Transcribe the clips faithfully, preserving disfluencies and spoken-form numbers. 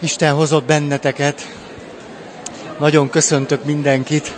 Isten hozott benneteket. Nagyon köszöntök mindenkit.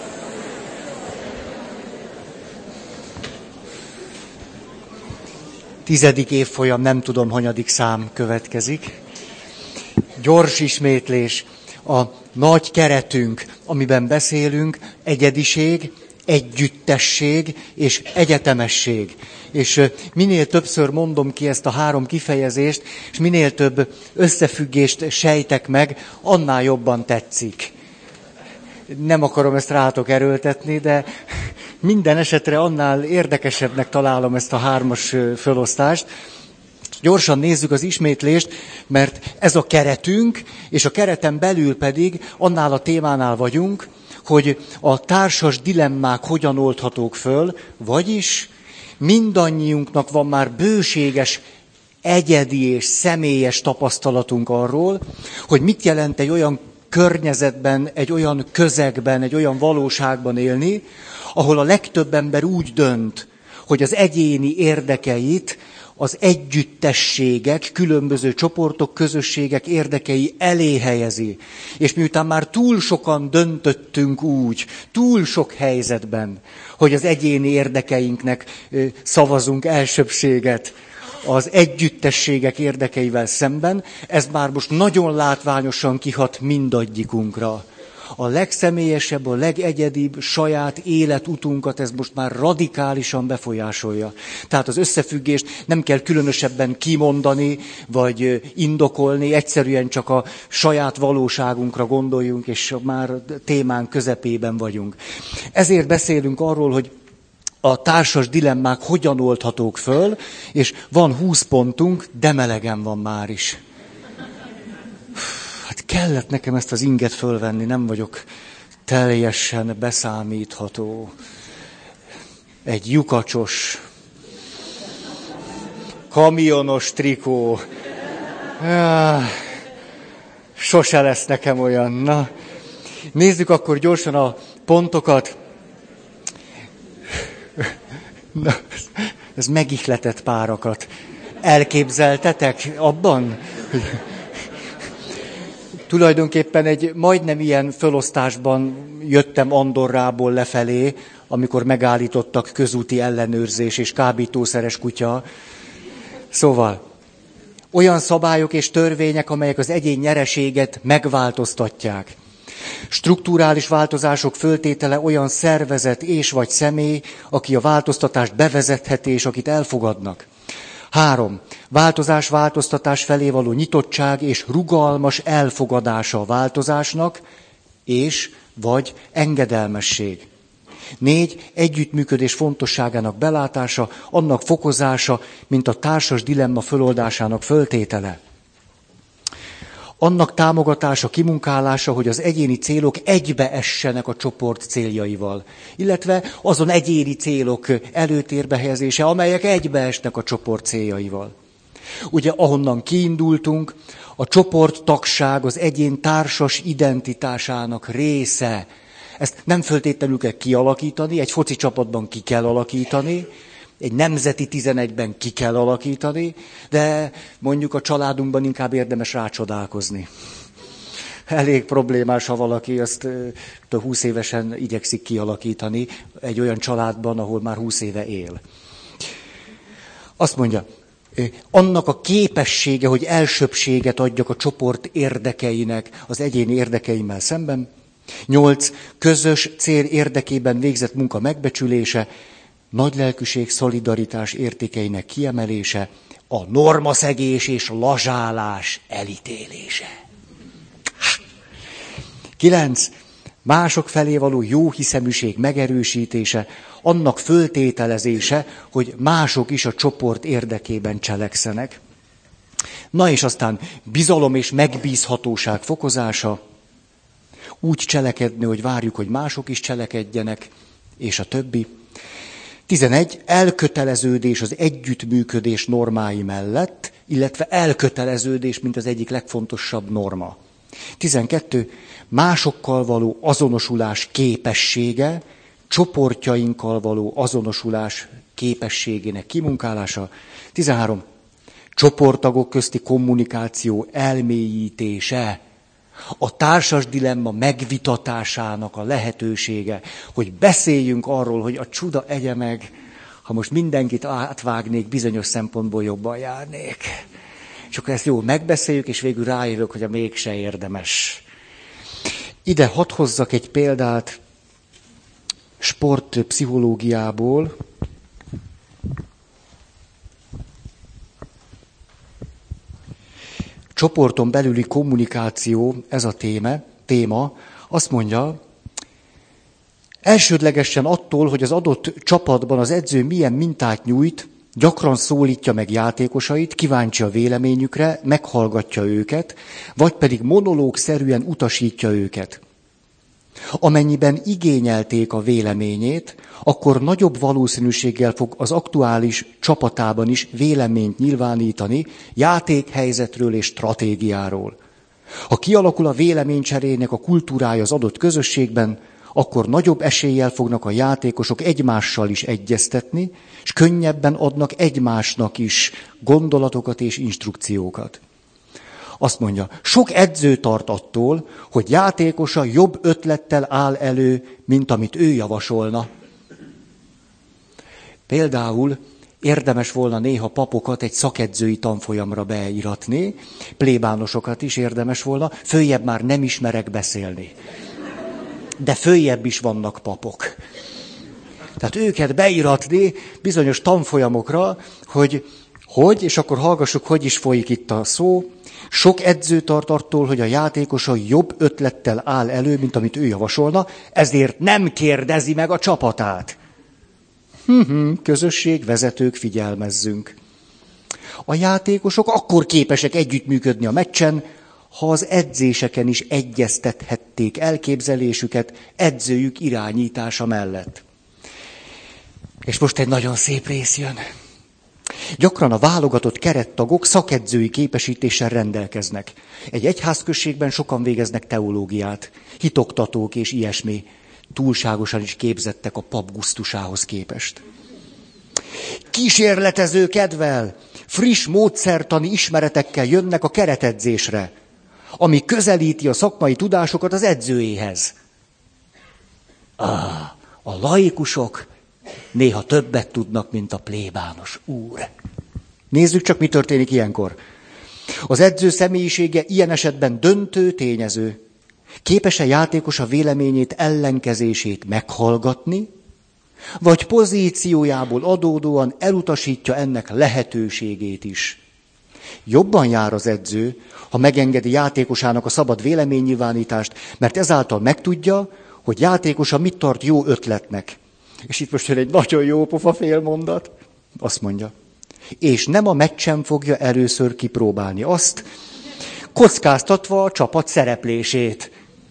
Tizedik évfolyam, nem tudom, hanyadik szám következik. Gyors ismétlés. A nagy keretünk, amiben beszélünk, egyediség, együttesség és egyetemesség. És minél többször mondom ki ezt a három kifejezést, és minél több összefüggést sejtek meg, annál jobban tetszik. Nem akarom ezt rátok erőltetni, de minden esetre annál érdekesebbnek találom ezt a hármas felosztást. Gyorsan nézzük az ismétlést, mert ez a keretünk, és a kereten belül pedig annál a témánál vagyunk, hogy a társas dilemmák hogyan oldhatók föl, vagyis mindannyiunknak van már bőséges, egyedi és személyes tapasztalatunk arról, hogy mit jelent egy olyan környezetben, egy olyan közegben, egy olyan valóságban élni, ahol a legtöbb ember úgy dönt, hogy az egyéni érdekeit, az együttességek, különböző csoportok, közösségek érdekei elé helyezi. És miután már túl sokan döntöttünk úgy, túl sok helyzetben, hogy az egyéni érdekeinknek szavazunk elsőbbséget az együttességek érdekeivel szemben, ez már most nagyon látványosan kihat mindannyiunkra. A legszemélyesebb, a legegyedibb saját életutunkat ez most már radikálisan befolyásolja. Tehát az összefüggést nem kell különösebben kimondani, vagy indokolni, egyszerűen csak a saját valóságunkra gondoljunk, és már témán közepében vagyunk. Ezért beszélünk arról, hogy a társas dilemmák hogyan oldhatók föl, és van húsz pontunk, de melegen van már is. Hát kellett nekem ezt az inget fölvenni, nem vagyok teljesen beszámítható. Egy lyukacsos, kamionos trikó. Sose lesz nekem olyan. Na, nézzük akkor gyorsan a pontokat. Na, ez megihletett párakat. Elképzeltetek abban? Tulajdonképpen egy majdnem ilyen felosztásban jöttem Andorrából lefelé, amikor megállítottak közúti ellenőrzés és kábítószeres kutya. Szóval, olyan szabályok és törvények, amelyek az egyén nyereséget megváltoztatják. Strukturális változások föltétele olyan szervezet és vagy személy, aki a változtatást bevezetheti és akit elfogadnak. Három. Változás, változtatás felé való nyitottság és rugalmas elfogadása a változásnak, és vagy engedelmesség. Négy. Együttműködés fontosságának belátása, annak fokozása, mint a társas dilemma föloldásának föltétele. Annak támogatása, kimunkálása, hogy az egyéni célok egybeessenek a csoport céljaival, illetve azon egyéni célok előtérbe helyezése, amelyek egybeesnek a csoport céljaival. Ugye ahonnan kiindultunk, a csoporttagság az egyén társas identitásának része. Ezt nem föltétlenül kell kialakítani, egy foci csapatban ki kell alakítani, egy nemzeti tizenegyben ki kell alakítani, de mondjuk a családunkban inkább érdemes rácsodálkozni. Elég problémás, ha valaki azt húsz évesen igyekszik kialakítani egy olyan családban, ahol már húsz éve él. Azt mondja, annak a képessége, hogy elsőbbséget adjak a csoport érdekeinek az egyéni érdekeimmel szemben. Nyolc. Közös cél érdekében végzett munka megbecsülése, nagylelkűség, szolidaritás értékeinek kiemelése, a normaszegés és lazsálás elítélése. Kilenc. Mások felé való jóhiszeműség megerősítése, annak föltételezése, hogy mások is a csoport érdekében cselekszenek. Na és aztán bizalom és megbízhatóság fokozása, úgy cselekedni, hogy várjuk, hogy mások is cselekedjenek, és a többi. tizenegy. Elköteleződés az együttműködés normái mellett, illetve elköteleződés, mint az egyik legfontosabb norma. tizenkettő. Másokkal való azonosulás képessége, csoportjainkkal való azonosulás képességének kimunkálása. tizenhárom. csoporttagok közti kommunikáció elmélyítése, a társas dilemma megvitatásának a lehetősége, hogy beszéljünk arról, hogy a csuda egye meg, ha most mindenkit átvágnék, bizonyos szempontból jobban járnék. És akkor ezt jól megbeszéljük, és végül rájövök, hogy a mégse érdemes. Ide hadd hozzak egy példát sportpszichológiából. Csoporton belüli kommunikáció, ez a téma, téma, azt mondja, elsődlegesen attól, hogy az adott csapatban az edző milyen mintát nyújt, gyakran szólítja meg játékosait, kíváncsi a véleményükre, meghallgatja őket, vagy pedig monológszerűen utasítja őket. Amennyiben igényelték a véleményét, akkor nagyobb valószínűséggel fog az aktuális csapatában is véleményt nyilvánítani játékhelyzetről és stratégiáról. Ha kialakul a véleménycserének a kultúrája az adott közösségben, akkor nagyobb eséllyel fognak a játékosok egymással is egyeztetni, és könnyebben adnak egymásnak is gondolatokat és instrukciókat. Azt mondja, sok edző tart attól, hogy játékosa jobb ötlettel áll elő, mint amit ő javasolna. Például érdemes volna néha papokat egy szakedzői tanfolyamra beiratni, plébánosokat is érdemes volna, följebb már nem ismerek beszélni. De följebb is vannak papok. Tehát őket beiratni bizonyos tanfolyamokra, hogy hogy, és akkor hallgassuk, hogy is folyik itt a szó. Sok edző tart attól, hogy a játékosa jobb ötlettel áll elő, mint amit ő javasolna, ezért nem kérdezi meg a csapatát. Hm-hm, közösség, vezetők, figyelmezzünk. A játékosok akkor képesek együttműködni a meccsen, ha az edzéseken is egyeztethették elképzelésüket edzőjük irányítása mellett. És most egy nagyon szép rész jön. Gyakran a válogatott kerettagok szakedzői képesítéssel rendelkeznek. Egy egyházközségben sokan végeznek teológiát, hitoktatók és ilyesmi. Túlságosan is képzettek a pap gusztusához képest. Kísérletező kedvel, friss módszertani ismeretekkel jönnek a keretedzésre, ami közelíti a szakmai tudásokat az edzőjéhez. Ah, a laikusok néha többet tudnak, mint a plébános úr. Nézzük csak, mi történik ilyenkor. Az edző személyisége ilyen esetben döntő tényező. Képes-e játékos a véleményét, ellenkezését meghallgatni, vagy pozíciójából adódóan elutasítja ennek lehetőségét is. Jobban jár az edző, ha megengedi játékosának a szabad véleménynyilvánítást, mert ezáltal megtudja, hogy játékosa mit tart jó ötletnek. És itt most jön egy nagyon jó pofa félmondat. Azt mondja, és nem a meccsen fogja először kipróbálni azt, kockáztatva a csapat szereplését.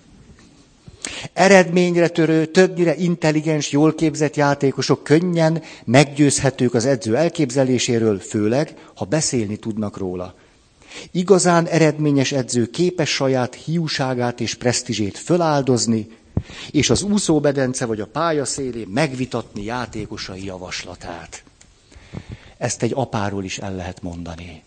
Eredményre törő, többnyire intelligens, jól képzett játékosok könnyen meggyőzhetők az edző elképzeléséről, főleg, ha beszélni tudnak róla. Igazán eredményes edző képes saját hiúságát és presztízsét föláldozni, és az úszóbedence vagy a pálya szélén megvitatni játékosai javaslatát. Ezt egy apáról is el lehet mondani.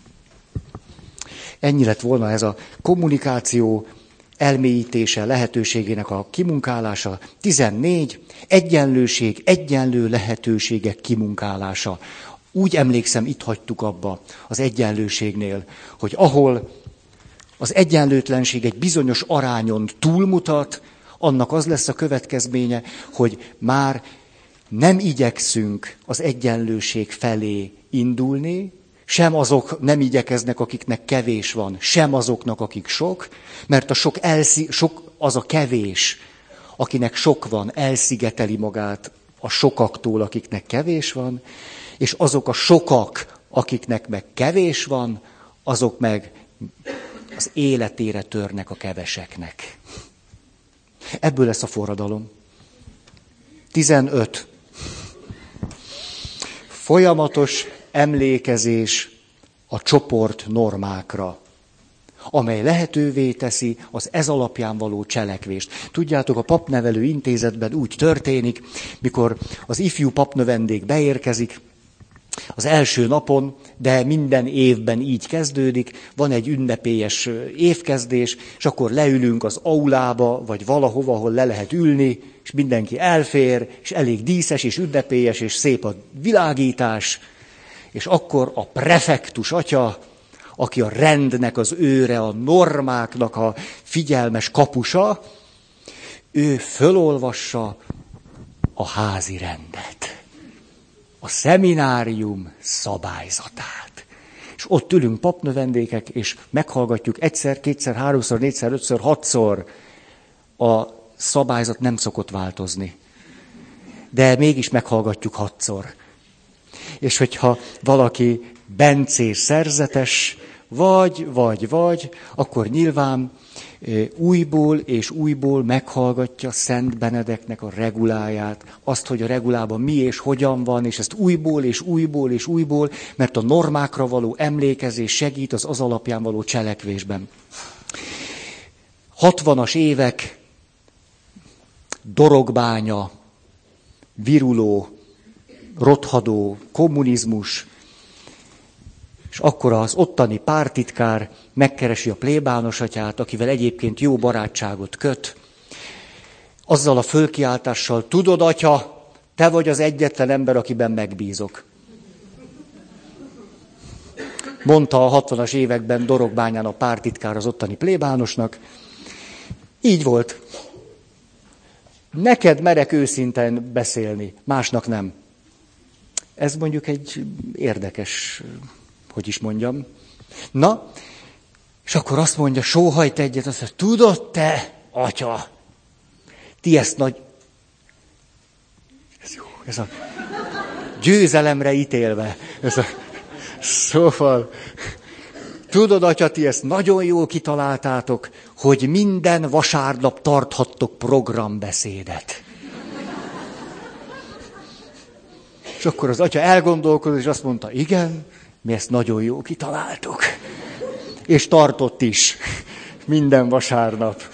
Ennyi lett volna ez a kommunikáció elmélyítése, lehetőségének a kimunkálása. tizennégy. Egyenlőség, egyenlő lehetőségek kimunkálása. Úgy emlékszem, itt hagytuk abba az egyenlőségnél, hogy ahol az egyenlőtlenség egy bizonyos arányon túlmutat, annak az lesz a következménye, hogy már nem igyekszünk az egyenlőség felé indulni, sem azok nem igyekeznek, akiknek kevés van, sem azoknak, akik sok, mert a sok, elszi, sok az a kevés, akinek sok van, elszigeteli magát a sokaktól, akiknek kevés van, és azok a sokak, akiknek meg kevés van, azok meg az életére törnek a keveseknek. Ebből lesz a forradalom. tizenöt. Folyamatos emlékezés a csoport normákra, amely lehetővé teszi az ez alapján való cselekvést. Tudjátok, a papnevelő intézetben úgy történik, mikor az ifjú papnövendék beérkezik, Az első napon, de minden évben így kezdődik, van egy ünnepélyes évkezdés, és akkor leülünk az aulába, vagy valahova, ahol le lehet ülni, és mindenki elfér, és elég díszes, és ünnepélyes, és szép a világítás, és akkor a prefektus atya, aki a rendnek az őre, a normáknak a figyelmes kapusa, ő fölolvassa a házi rendet, a szeminárium szabályzatát. És ott ülünk papnövendékek, és meghallgatjuk egyszer, kétszer, háromszor, négyszer, ötször, hatszor. A szabályzat nem szokott változni. De mégis meghallgatjuk hatszor. És hogyha valaki bencés szerzetes, vagy, vagy, vagy, akkor nyilván újból és újból meghallgatja Szent Benedeknek a reguláját, azt, hogy a regulában mi és hogyan van, és ezt újból és újból és újból, mert a normákra való emlékezés segít az az alapján való cselekvésben. hatvanas évek, dorogbánya, viruló, rothadó, kommunizmus, és akkor az ottani pártitkár megkeresi a plébános atyát, akivel egyébként jó barátságot köt, azzal a fölkiáltással: tudod, atya, te vagy az egyetlen ember, akiben megbízok. Mondta a hatvanas években Dorogbányán a pártitkár az ottani plébánosnak. Így volt. Neked merek őszintén beszélni, másnak nem. Ez mondjuk egy érdekes, hogy is mondjam. Na, és akkor azt mondja, sóhajt egyet, azt mondja: tudod te, atya, ti ezt nagy... Ez jó, ez a győzelemre ítélve. Ez a... Szóval, tudod, atya, ti ezt nagyon jól kitaláltátok, hogy minden vasárnap tarthattok programbeszédet. És akkor az atya elgondolkodott, és azt mondta: igen, mi ezt nagyon jól kitaláltuk. És tartott is. Minden vasárnap.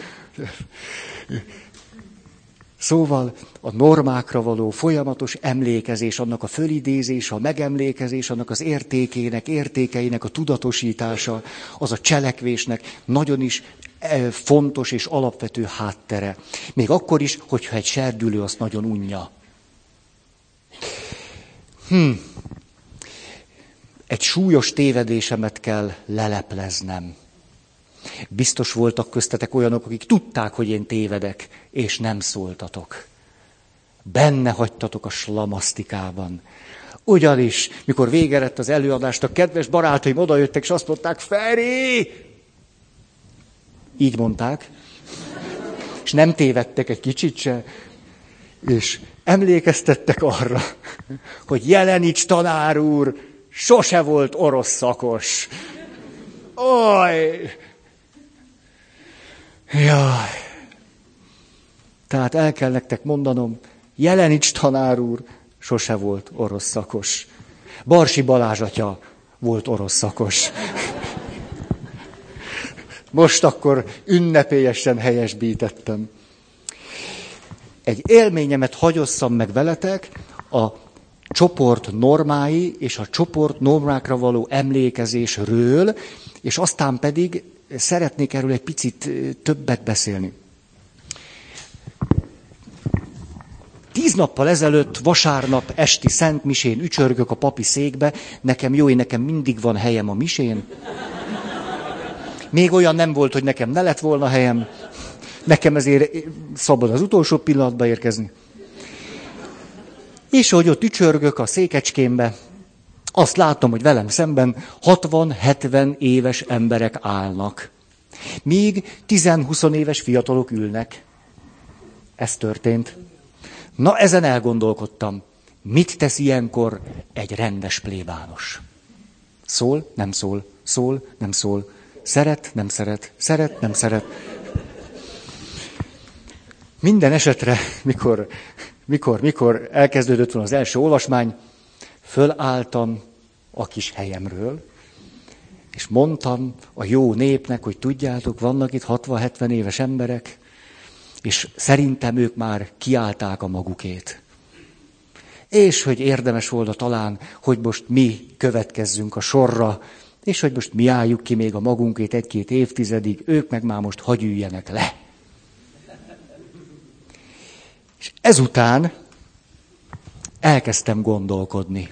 Szóval a normákra való folyamatos emlékezés, annak a fölidézés, a megemlékezés, annak az értékének, értékeinek a tudatosítása, az a cselekvésnek nagyon is fontos és alapvető háttere. Még akkor is, hogyha egy serdülő azt nagyon unja. Hm. Egy súlyos tévedésemet kell lelepleznem. Biztos voltak köztetek olyanok, akik tudták, hogy én tévedek, és nem szóltatok. Benne hagytatok a slamasztikában. Ugyanis, mikor vége lett az előadást, a kedves barátaim odajöttek, és azt mondták: Feri! Így mondták. És nem tévedtek egy kicsit se. És emlékeztettek arra, hogy Jelenics tanár úr sose volt orosz szakos. Oj! Jaj! Tehát el kell nektek mondanom, Jelenics tanár úr sose volt orosz szakos. Barsi Balázs atya volt orosz szakos. Most akkor ünnepélyesen helyesbítettem. Egy élményemet hagyosszam meg veletek a csoport normái és a csoport normákra való emlékezésről, és aztán pedig szeretnék erről egy picit többet beszélni. Tíz nappal ezelőtt, vasárnap esti szentmisén ücsörgök a papi székbe, nekem jó, én nekem mindig van helyem a misén. Még olyan nem volt, hogy nekem ne lett volna helyem. Nekem ezért szabad az utolsó pillanatba érkezni. És hogy ott ücsörgök a székecskémbe, azt látom, hogy velem szemben hatvan-hetven éves emberek állnak. Míg tíz-húsz éves fiatalok ülnek. Ez történt. Na, ezen elgondolkodtam. Mit tesz ilyenkor egy rendes plébános? Szól, nem szól, szól, nem szól. Szeret, nem szeret, szeret, nem szeret. Minden esetre, mikor, mikor, mikor elkezdődött volna az első olvasmány, fölálltam a kis helyemről, és mondtam a jó népnek, hogy tudjátok, vannak itt hatvan-hetven éves emberek, és szerintem ők már kiállták a magukét. És hogy érdemes volna talán, hogy most mi következzünk a sorra, és hogy most mi álljuk ki még a magunkét egy-két évtizedig, ők meg már most hagy üljenek le. És ezután elkezdtem gondolkodni.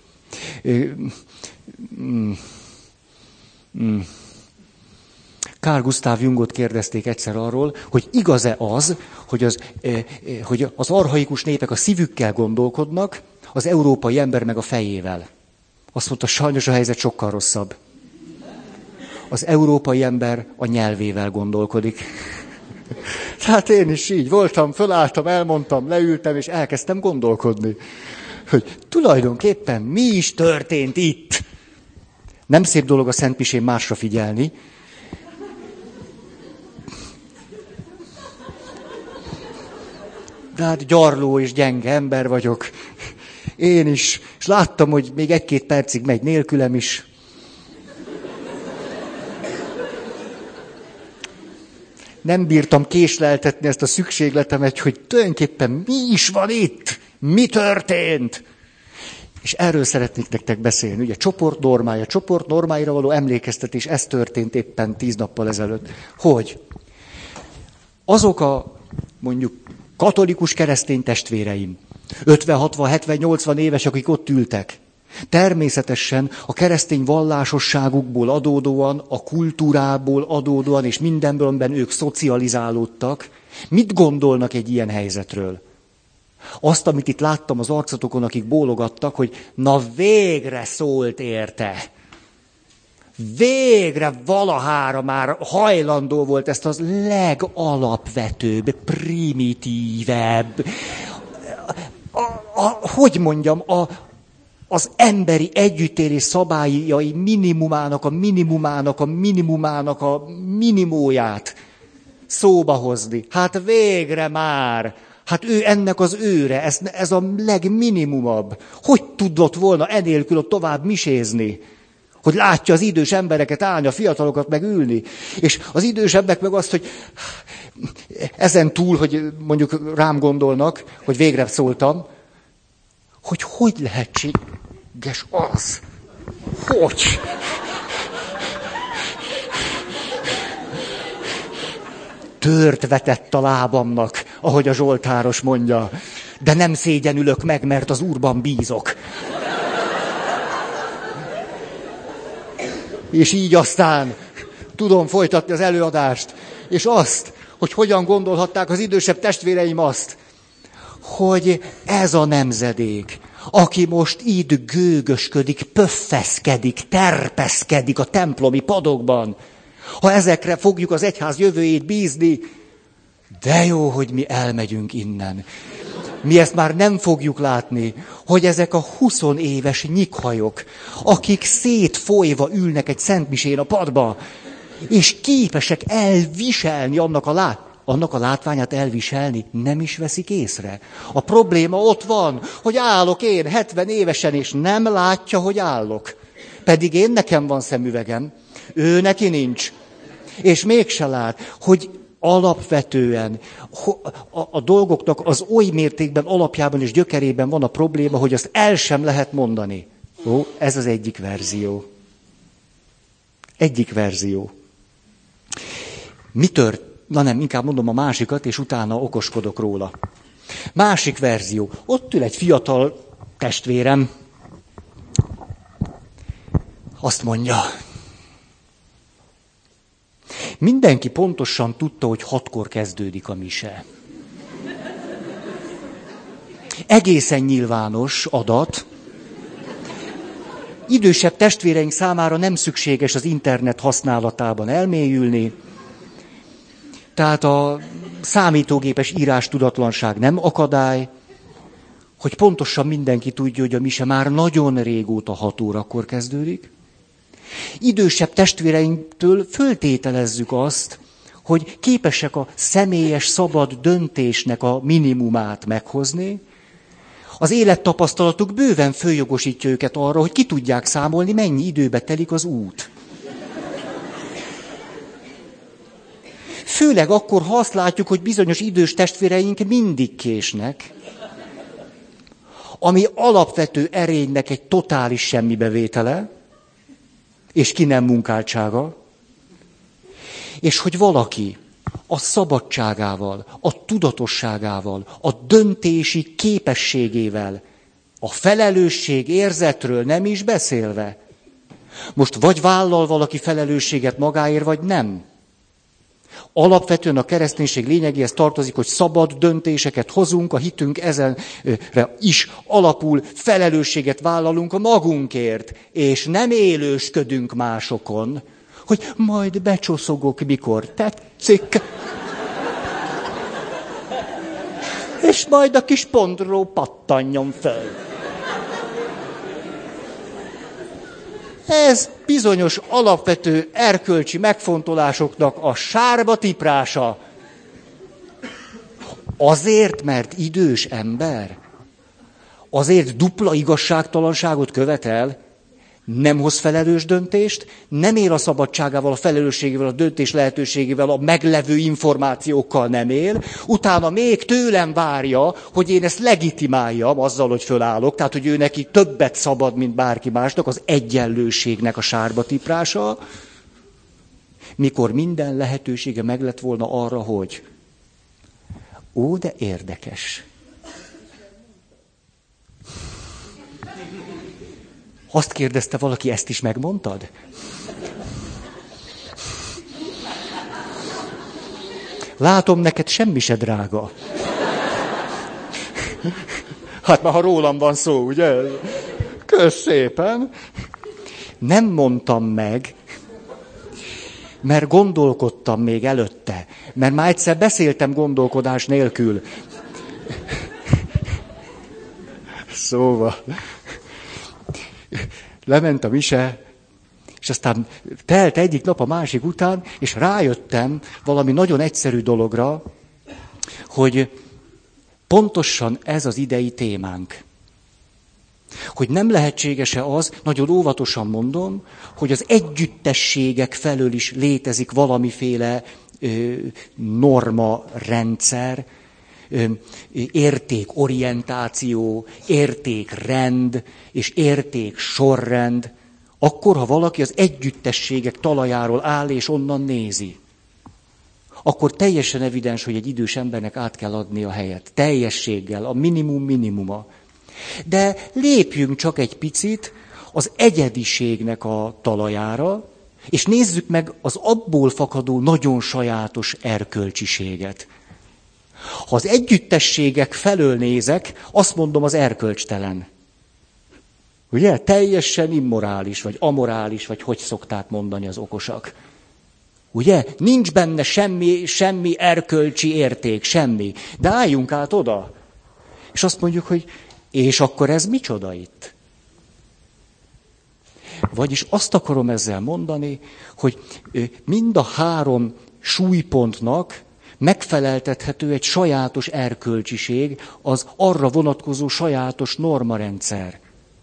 Carl Gustav Jungot kérdezték egyszer arról, hogy igaz-e az, hogy az, hogy az archaikus népek a szívükkel gondolkodnak, az európai ember meg a fejével. Azt mondta, sajnos a helyzet sokkal rosszabb. Az európai ember a nyelvével gondolkodik. Tehát én is így voltam, fölálltam, elmondtam, leültem, és elkezdtem gondolkodni, hogy tulajdonképpen mi is történt itt. Nem szép dolog a szentmisén másra figyelni. De hát gyarló és gyenge ember vagyok. Én is. És láttam, hogy még egy-két percig megy nélkülem is. Nem bírtam késleltetni ezt a szükségletemet, hogy tulajdonképpen mi is van itt? Mi történt? És erről szeretnék nektek beszélni. Ugye csoport normája, csoport normáira való emlékeztetés, ez történt éppen tíz nappal ezelőtt. Hogy? Azok a, mondjuk, katolikus keresztény testvéreim, ötven, hatvan, hetven, nyolcvan éves, akik ott ültek, természetesen a keresztény vallásosságukból adódóan, a kultúrából adódóan, és mindenből, amiben ők szocializálódtak, mit gondolnak egy ilyen helyzetről? Azt, amit itt láttam az arcotokon, akik bólogattak, hogy na végre szólt érte. Végre valahára már hajlandó volt ezt az legalapvetőbb, primitívebb, a, a, hogy mondjam, a, az emberi együttélés szabályai minimumának, a minimumának, a minimumának, a minimóját szóba hozni. Hát végre már! Hát ő ennek az őre, ez, ez a legminimumabb. Hogy tudott volna enélkül ott tovább misézni? Hogy látja az idős embereket állni, a fiatalokat meg ülni. És az idősebbek meg azt, hogy ezen túl, hogy mondjuk rám gondolnak, hogy végre szóltam, hogy hogy lehetséges az? Hogy? Tört vetett a lábamnak, ahogy a zsoltáros mondja, de nem szégyenülök meg, mert az Úrban bízok. És így aztán tudom folytatni az előadást, és azt, hogy hogyan gondolhatták az idősebb testvéreim azt, hogy ez a nemzedék, aki most itt gőgösködik, pöffeszkedik, terpeszkedik a templomi padokban, ha ezekre fogjuk az egyház jövőjét bízni, de jó, hogy mi elmegyünk innen. Mi ezt már nem fogjuk látni, hogy ezek a huszonéves nyikhajok, akik szétfolyva ülnek egy szentmisén a padba, és képesek elviselni annak a, lát, annak a látványát elviselni, nem is veszik észre. A probléma ott van, hogy állok én hetven évesen, és nem látja, hogy állok. Pedig én nekem van szemüvegem, ő neki nincs. És mégse lát, hogy alapvetően a, a dolgoknak az oly mértékben alapjában és gyökerében van a probléma, hogy azt el sem lehet mondani. Ó, ez az egyik verzió. Egyik verzió. Mi tört? Na nem, inkább mondom a másikat, és utána okoskodok róla. Másik verzió. Ott ül egy fiatal testvérem. Azt mondja, mindenki pontosan tudta, hogy hatkor kezdődik a mise. Egészen nyilvános adat. Idősebb testvéreink számára nem szükséges az internet használatában elmélyülni. Tehát a számítógépes írás tudatlanság nem akadály, hogy pontosan mindenki tudja, hogy a mise már nagyon régóta hat órakor kezdődik. Idősebb testvéreinktől föltételezzük azt, hogy képesek a személyes szabad döntésnek a minimumát meghozni. Az élettapasztalatuk bőven följogosítja őket arra, hogy ki tudják számolni, mennyi időbe telik az út. Főleg akkor, ha azt látjuk, hogy bizonyos idős testvéreink mindig késnek. ami alapvető erénynek egy totális semmibevétele, és ki nem munkáltsága, és hogy valaki a szabadságával, a tudatosságával, a döntési képességével, a felelősség érzetről nem is beszélve. Most vagy vállal valaki felelősséget magáért, vagy nem. Alapvetően a kereszténység lényegéhez tartozik, hogy szabad döntéseket hozunk, a hitünk ezenre is alapul, felelősséget vállalunk a magunkért, és nem élősködünk másokon, hogy majd becsoszogok, mikor tetszik, és majd a kis pontról pattanjon fel. Ez bizonyos alapvető erkölcsi megfontolásoknak a sárba tiprása. Azért, mert idős ember? Azért dupla igazságtalanságot követel? Nem hoz felelős döntést, nem él a szabadságával, a felelősségével, a döntés lehetőségével, a meglevő információkkal nem él, utána még tőlem várja, hogy én ezt legitimáljam azzal, hogy fölállok, tehát, hogy ő neki többet szabad, mint bárki másnak, az egyenlőségnek a sárba tiprása, mikor minden lehetősége meg lett volna arra, hogy ó, de érdekes. Azt kérdezte valaki, ezt is megmondtad? Látom, neked semmi se drága. Hát már ha rólam van szó, ugye? Kösz szépen. Nem mondtam meg, mert gondolkodtam még előtte. Mert már egyszer beszéltem gondolkodás nélkül. Szóval... Lement a mise, és aztán telt egyik nap a másik után, és rájöttem valami nagyon egyszerű dologra, hogy pontosan ez az idei témánk. Hogy nem lehetséges-e az, nagyon óvatosan mondom, hogy az együttességek felől is létezik valamiféle ö, norma rendszer, értékorientáció, értékrend és értéksorrend, akkor, ha valaki az együttességek talajáról áll és onnan nézi, akkor teljesen evidens, hogy egy idős embernek át kell adni a helyet. Teljességgel, a minimum minimuma. De lépjünk csak egy picit az egyediségnek a talajára, és nézzük meg az abból fakadó nagyon sajátos erkölcsiséget. Ha az együttességek felől nézek, azt mondom, az erkölcstelen. Ugye? Teljesen immorális, vagy amorális, vagy hogy szokták mondani az okosak. Ugye? Nincs benne semmi, semmi erkölcsi érték, semmi. De álljunk át oda. És azt mondjuk, hogy és akkor ez micsoda itt? Vagyis azt akarom ezzel mondani, hogy mind a három súlypontnak megfeleltethető egy sajátos erkölcsiség, az arra vonatkozó sajátos normarendszer.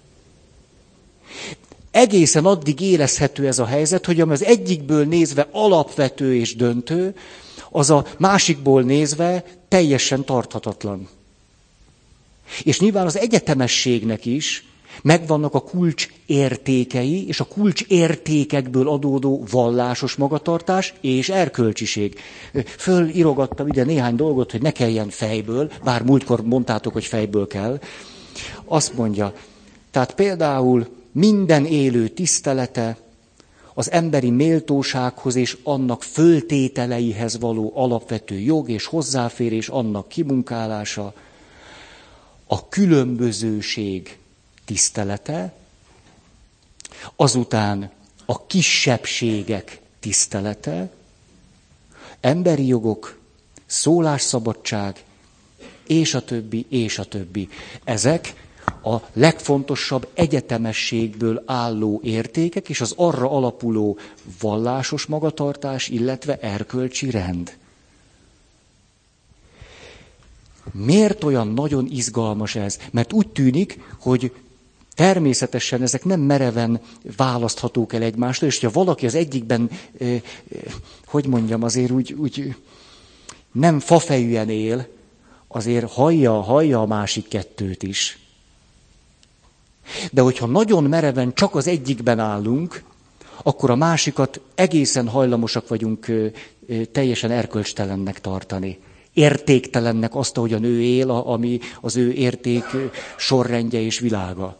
Egészen addig érezhető ez a helyzet, hogy ami az egyikből nézve alapvető és döntő, az a másikból nézve teljesen tarthatatlan. És nyilván az egyetemességnek is megvannak a kulcs értékei, és a kulcs értékekből adódó vallásos magatartás és erkölcsiség. Fölirogattam ide néhány dolgot, hogy ne kelljen fejből, bár múltkor mondtátok, hogy fejből kell. Azt mondja, tehát például minden élő tisztelete, az emberi méltósághoz és annak föltételeihez való alapvető jog és hozzáférés, annak kimunkálása, a különbözőség tisztelete, azután a kisebbségek tisztelete, emberi jogok, szólásszabadság, és a többi, és a többi. Ezek a legfontosabb egyetemességből álló értékek, és az arra alapuló vallásos magatartás, illetve erkölcsi rend. Miért olyan nagyon izgalmas ez? Mert úgy tűnik, hogy természetesen ezek nem mereven választhatók el egymástól, és ha valaki az egyikben, eh, hogy mondjam, azért úgy, úgy nem fafejűen él, azért hallja, hallja a másik kettőt is. De hogyha nagyon mereven csak az egyikben állunk, akkor a másikat egészen hajlamosak vagyunk teljesen erkölcstelennek tartani. Értéktelennek azt, ahogyan ő él, ami az ő érték sorrendje és világa.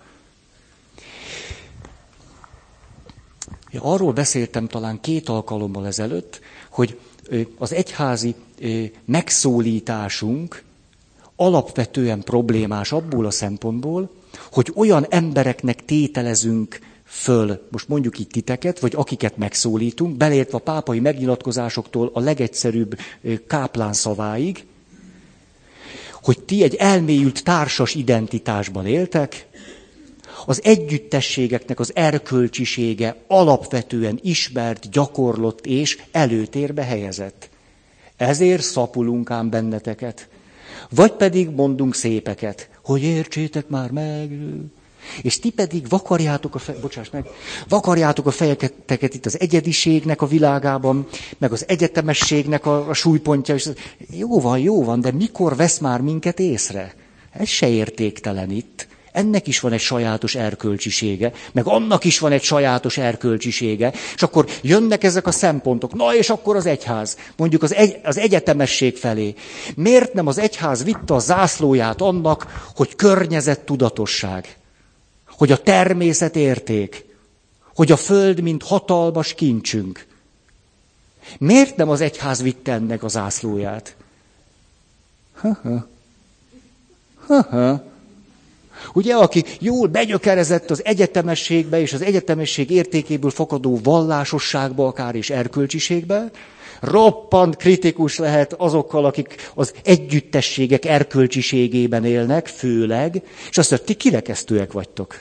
Arról beszéltem talán két alkalommal ezelőtt, hogy az egyházi megszólításunk alapvetően problémás abból a szempontból, hogy olyan embereknek tételezünk föl, most mondjuk itt titeket, vagy akiket megszólítunk, beleértve a pápai megnyilatkozásoktól a legegyszerűbb káplán szaváig, hogy ti egy elmélyült társas identitásban éltek, az együttességeknek az erkölcsisége alapvetően ismert, gyakorlott és előtérbe helyezett. Ezért szapulunk ám benneteket. Vagy pedig mondunk szépeket, hogy értsétek már meg, és ti pedig vakarjátok a, fe... Bocsáss meg, vakarjátok a fejeteket itt az egyediségnek a világában, meg az egyetemességnek a, a súlypontja, és jó van, jó van, de mikor vesz már minket észre? Ez se értéktelen itt. Ennek is van egy sajátos erkölcsisége, meg annak is van egy sajátos erkölcsisége, és akkor jönnek ezek a szempontok. Na és akkor az egyház, mondjuk az, egy, az egyetemesség felé. Miért nem az egyház vitte a zászlóját annak, hogy környezettudatosság, hogy a természet érték, hogy a föld mint hatalmas kincsünk? Miért nem az egyház vitte ennek a zászlóját? Ha-ha. Ha-ha. Ugye, aki jól begyökerezett az egyetemességbe és az egyetemesség értékéből fakadó vallásosságba, akár és erkölcsiségbe, roppant kritikus lehet azokkal, akik az együttességek erkölcsiségében élnek, főleg, és azt mondja, ti kirekesztőek vagytok.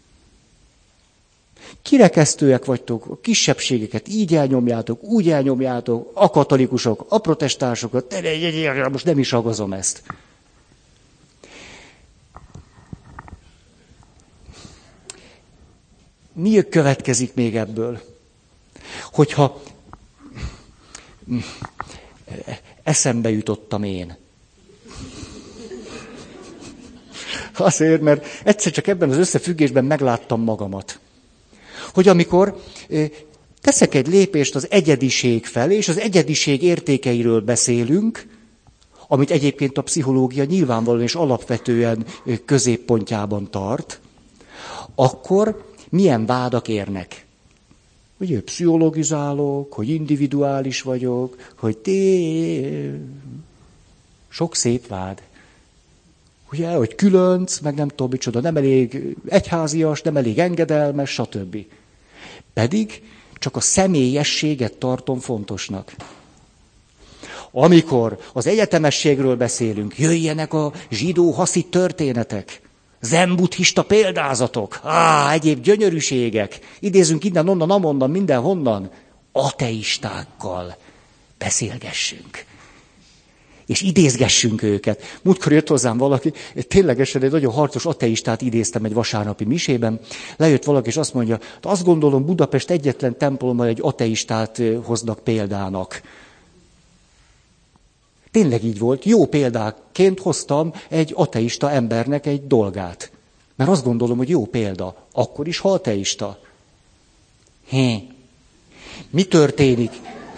Kirekesztőek vagytok, a kisebbségeket így elnyomjátok, úgy elnyomjátok, a katolikusok, a protestánsokat, most nem is ragozom ezt. Mi következik még ebből? Hogyha eszembe jutottam én. Azért, mert egyszer csak ebben az összefüggésben megláttam magamat. Hogy amikor teszek egy lépést az egyediség felé, és az egyediség értékeiről beszélünk, amit egyébként a pszichológia nyilvánvalóan és alapvetően középpontjában tart, akkor milyen vádak érnek? Ugye pszichologizálok, hogy individuális vagyok, hogy té... Sok szép vád. Ugye, hogy különc, meg nem tudom micsoda, nem elég egyházias, nem elég engedelmes, stb. Pedig csak a személyességet tartom fontosnak. Amikor az egyetemességről beszélünk, jöjjenek a zsidó-haszid történetek, zen-buddhista példázatok, á, egyéb gyönyörűségek, idézünk innen, onnan, amonnan, mindenhonnan, ateistákkal beszélgessünk. És idézgessünk őket. Múltkor jött hozzám valaki, ténylegesen egy nagyon harcos ateistát idéztem egy vasárnapi misében, lejött valaki, és azt mondja, azt gondolom Budapest egyetlen templommal egy ateistát hoznak példának. Tényleg így volt. Jó példáként hoztam egy ateista embernek egy dolgát. Mert azt gondolom, hogy jó példa. Akkor is, ha ateista. Hé. Mi történik?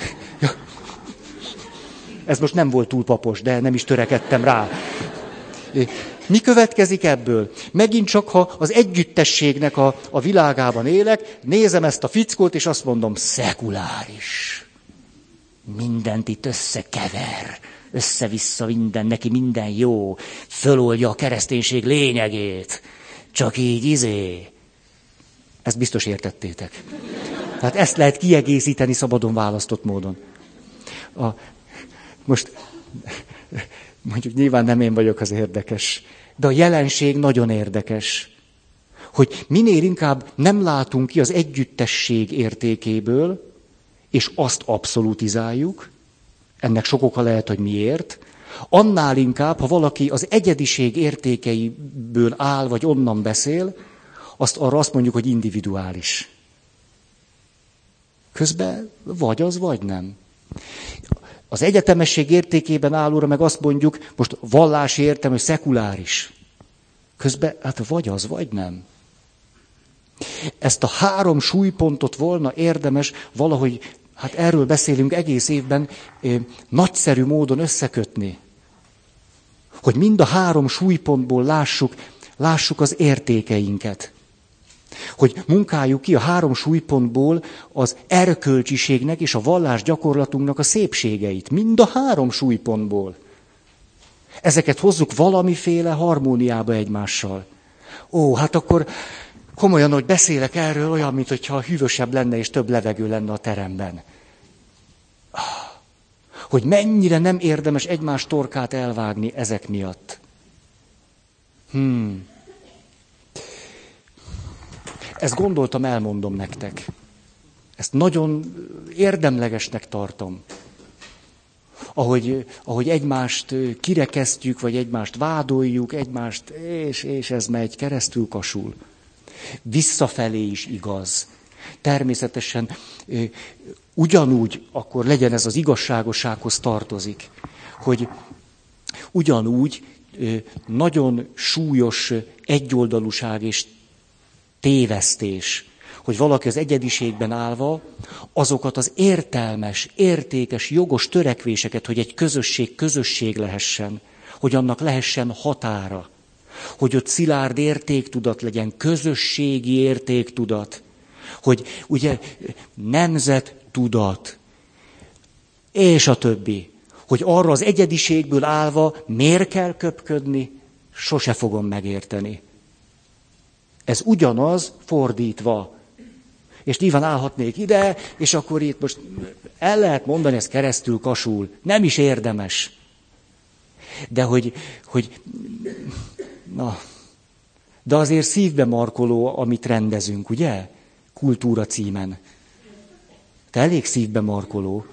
Ez most nem volt túl papos, de nem is törekedtem rá. Mi következik ebből? Megint csak, ha az együttességnek a, a világában élek, nézem ezt a fickót, és azt mondom, szekuláris. Mindent itt összekever. Össze-vissza minden, neki minden jó. Föloldja a kereszténység lényegét. Csak így izé. Ezt biztos értettétek. Tehát ezt lehet kiegészíteni szabadon választott módon. A, most mondjuk nyilván nem én vagyok az érdekes, de a jelenség nagyon érdekes. Hogy minél inkább nem látunk ki az együttesség értékéből, és azt abszolutizáljuk, ennek sok oka lehet, hogy miért, annál inkább, ha valaki az egyediség értékeiből áll, vagy onnan beszél, azt arra azt mondjuk, hogy individuális. Közben vagy az, vagy nem. Az egyetemesség értékében állóra meg azt mondjuk, most vallási értem, hogy szekuláris. Közben hát vagy az, vagy nem. Ezt a három súlypontot volna érdemes valahogy, hát erről beszélünk egész évben, nagyszerű módon összekötni. Hogy mind a három súlypontból lássuk, lássuk az értékeinket. Hogy munkáljuk ki a három súlypontból az erkölcsiségnek és a vallás gyakorlatunknak a szépségeit. Mind a három súlypontból. Ezeket hozzuk valamiféle harmóniába egymással. Ó, hát akkor komolyan, hogy beszélek erről, olyan, mintha hűvösebb lenne és több levegő lenne a teremben. Hogy mennyire nem érdemes egymás torkát elvágni ezek miatt. Hmm. Ezt gondoltam, elmondom nektek. Ezt nagyon érdemlegesnek tartom. Ahogy, ahogy egymást kirekesztjük, vagy egymást vádoljuk, egymást, és, és ez megy keresztül kasul. Visszafelé is igaz. Természetesen ugyanúgy, akkor legyen ez az igazságossághoz tartozik, hogy ugyanúgy nagyon súlyos egyoldalúság és tévesztés, hogy valaki az egyediségben állva azokat az értelmes, értékes, jogos törekvéseket, hogy egy közösség közösség lehessen, hogy annak lehessen határa, hogy ott szilárd értéktudat legyen, közösségi értéktudat, hogy ugye nemzettudat, és a többi, hogy arra az egyediségből állva miért kell köpködni, sose fogom megérteni. Ez ugyanaz fordítva. És nyilván állhatnék ide, és akkor itt most el lehet mondani, ez keresztül kasul. Nem is érdemes. De hogy, hogy na, de azért szívbe markoló, amit rendezünk, ugye? Kultúra címen. Te elég szívbe markoló.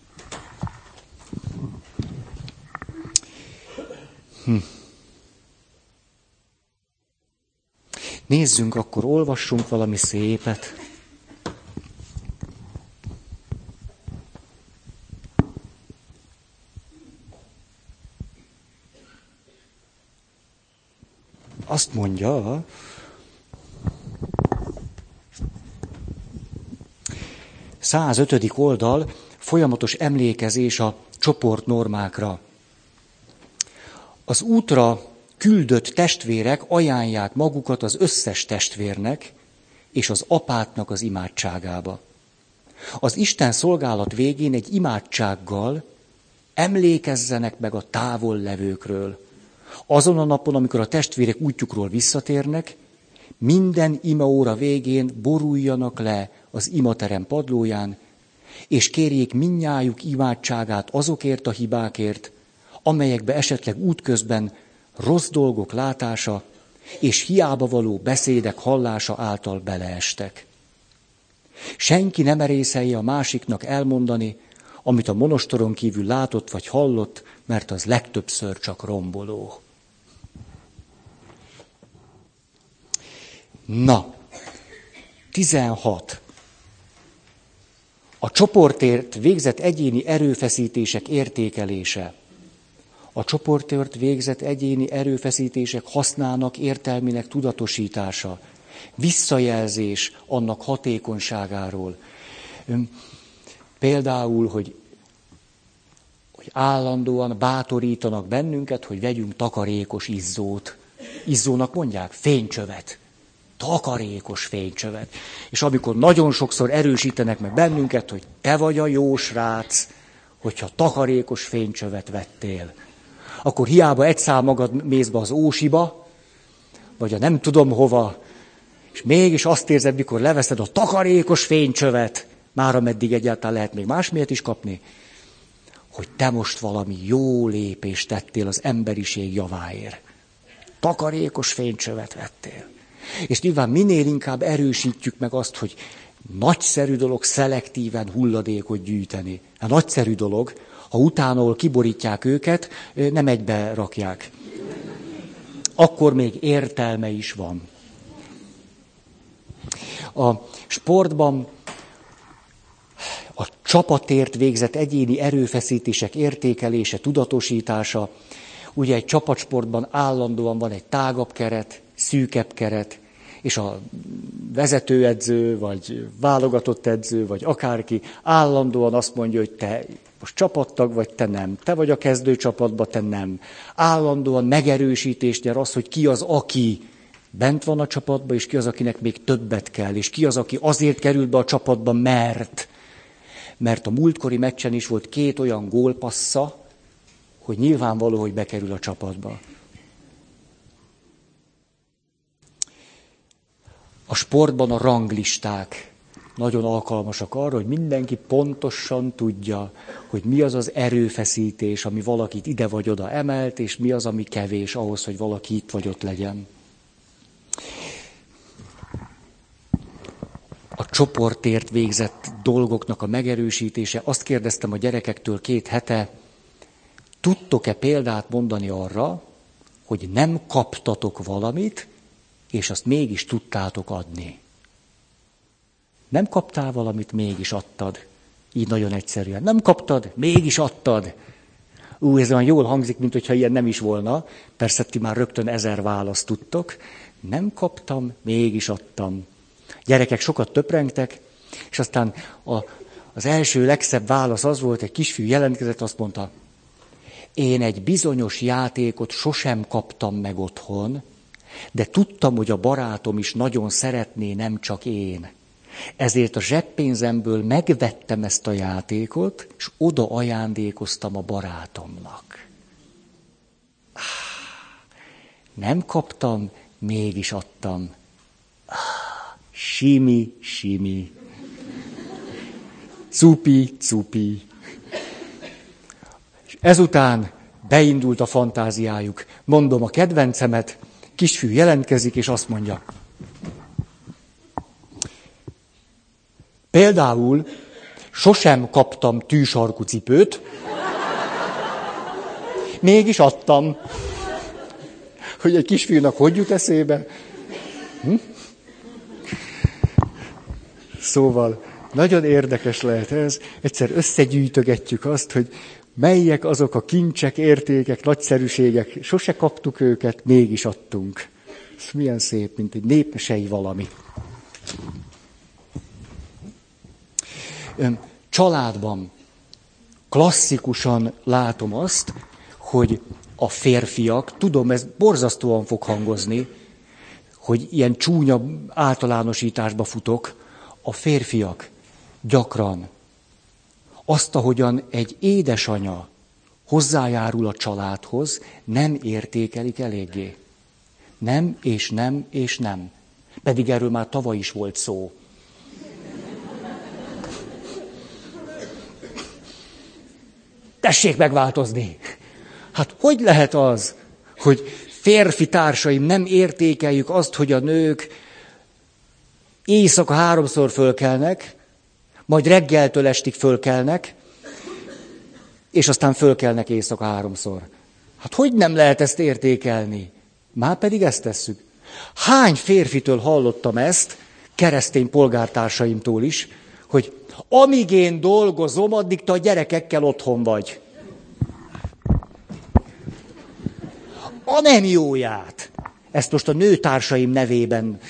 Hm. Nézzünk, akkor olvassunk valami szépet. Azt mondja, százötödik oldal, folyamatos emlékezés a csoportnormákra. Az útra küldött testvérek ajánlják magukat az összes testvérnek és az apátnak az imádságába. Az Isten szolgálat végén egy imádsággal emlékezzenek meg a távol levőkről. Azon a napon, amikor a testvérek útjukról visszatérnek, minden imaóra végén boruljanak le az imaterem padlóján, és kérjék mindnyájuk imádságát azokért a hibákért, amelyekbe esetleg útközben rossz dolgok látása és hiába való beszédek hallása által beleestek. Senki nem merészelje a másiknak elmondani, amit a monostoron kívül látott vagy hallott, mert az legtöbbször csak romboló. Na, tizenhat. A csoportért végzett egyéni erőfeszítések értékelése. A csoportért végzett egyéni erőfeszítések hasznának, értelmének tudatosítása. Visszajelzés annak hatékonyságáról. Például, hogy, hogy állandóan bátorítanak bennünket, hogy vegyünk takarékos izzót. Izzónak mondják? Fénycsövet. Takarékos fénycsövet. És amikor nagyon sokszor erősítenek meg bennünket, hogy te vagy a jó srác, hogyha takarékos fénycsövet vettél, akkor hiába egy szál magad mész be az ósiba, vagy a nem tudom hova, és mégis azt érzed, mikor leveszed a takarékos fénycsövet, már ameddig egyáltalán lehet még másmilyet is kapni, hogy te most valami jó lépést tettél az emberiség javáért. Takarékos fénycsövet vettél. És nyilván minél inkább erősítjük meg azt, hogy nagyszerű dolog szelektíven hulladékot gyűjteni. Hát nagyszerű dolog, ha utána kiborítják őket, nem egybe rakják. Akkor még értelme is van. A sportban a csapatért végzett egyéni erőfeszítések értékelése, tudatosítása. Ugye egy csapatsportban állandóan van egy tágabb keret, szűkebb keret, és a vezetőedző, vagy válogatott edző, vagy akárki állandóan azt mondja, hogy te most csapattag vagy, te nem. Te vagy a kezdőcsapatban, te nem. Állandóan megerősítést nyer az, hogy ki az, aki bent van a csapatban, és ki az, akinek még többet kell, és ki az, aki azért kerül be a csapatba, mert... Mert a múltkori meccsen is volt két olyan gólpassza, hogy nyilvánvaló, hogy bekerül a csapatba. A sportban a ranglisták nagyon alkalmasak arra, hogy mindenki pontosan tudja, hogy mi az az erőfeszítés, ami valakit ide vagy oda emelt, és mi az, ami kevés ahhoz, hogy valaki itt vagy ott legyen. A csoportért végzett dolgoknak a megerősítése. Azt kérdeztem a gyerekektől két hete, tudtok-e példát mondani arra, hogy nem kaptatok valamit, és azt mégis tudtátok adni? Nem kaptál valamit, mégis adtad. Így nagyon egyszerűen. Nem kaptad, mégis adtad. Ú, ez olyan jól hangzik, mint hogyha ilyen nem is volna. Persze ti már rögtön ezer választ tudtok. Nem kaptam, mégis adtam. Gyerekek sokat töprengtek, és aztán a, az első legszebb válasz az volt, egy kisfiú jelentkezett, azt mondta, én egy bizonyos játékot sosem kaptam meg otthon, de tudtam, hogy a barátom is nagyon szeretné, nem csak én. Ezért a zseppénzemből megvettem ezt a játékot, és oda ajándékoztam a barátomnak. Nem kaptam, mégis adtam. Simi, simi. Cupi, cupi. És ezután beindult a fantáziájuk. Mondom a kedvencemet, kisfiú jelentkezik, és azt mondja. Például sosem kaptam tűsarkú cipőt, mégis adtam. Hogy egy kisfiúnak hogy jut eszébe? Hm? Szóval nagyon érdekes lehet ez. Egyszer összegyűjtögetjük azt, hogy melyek azok a kincsek, értékek, nagyszerűségek. Sose kaptuk őket, mégis adtunk. Ez milyen szép, mint egy népmesei valami. Családban klasszikusan látom azt, hogy a férfiak, tudom, ez borzasztóan fog hangozni, hogy ilyen csúnya általánosításba futok, a férfiak gyakran azt, ahogyan egy édesanya hozzájárul a családhoz, nem értékelik eléggé. Nem, és nem, és nem. Pedig erről már tavaly is volt szó. Tessék megváltozni! Hát hogy lehet az, hogy férfi társaim nem értékeljük azt, hogy a nők éjszaka háromszor fölkelnek, majd reggeltől estig fölkelnek, és aztán fölkelnek éjszaka háromszor. Hát hogy nem lehet ezt értékelni? Már pedig ezt tesszük. Hány férfitől hallottam ezt, keresztény polgártársaimtól is, hogy amíg én dolgozom, addig te a gyerekekkel otthon vagy. A nem jóját. Ezt most a nőtársaim nevében...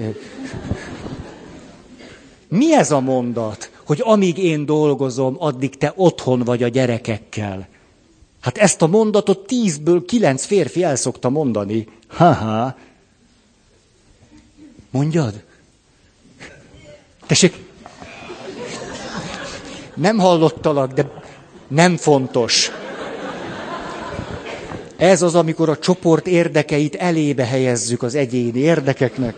Mi ez a mondat, hogy amíg én dolgozom, addig te otthon vagy a gyerekekkel? Hát ezt a mondatot tízből kilenc férfi el szokta mondani. Ha-ha. Mondjad? Tessék. Nem hallottalak, de nem fontos. Ez az, amikor a csoport érdekeit elébe helyezzük az egyéni érdekeknek.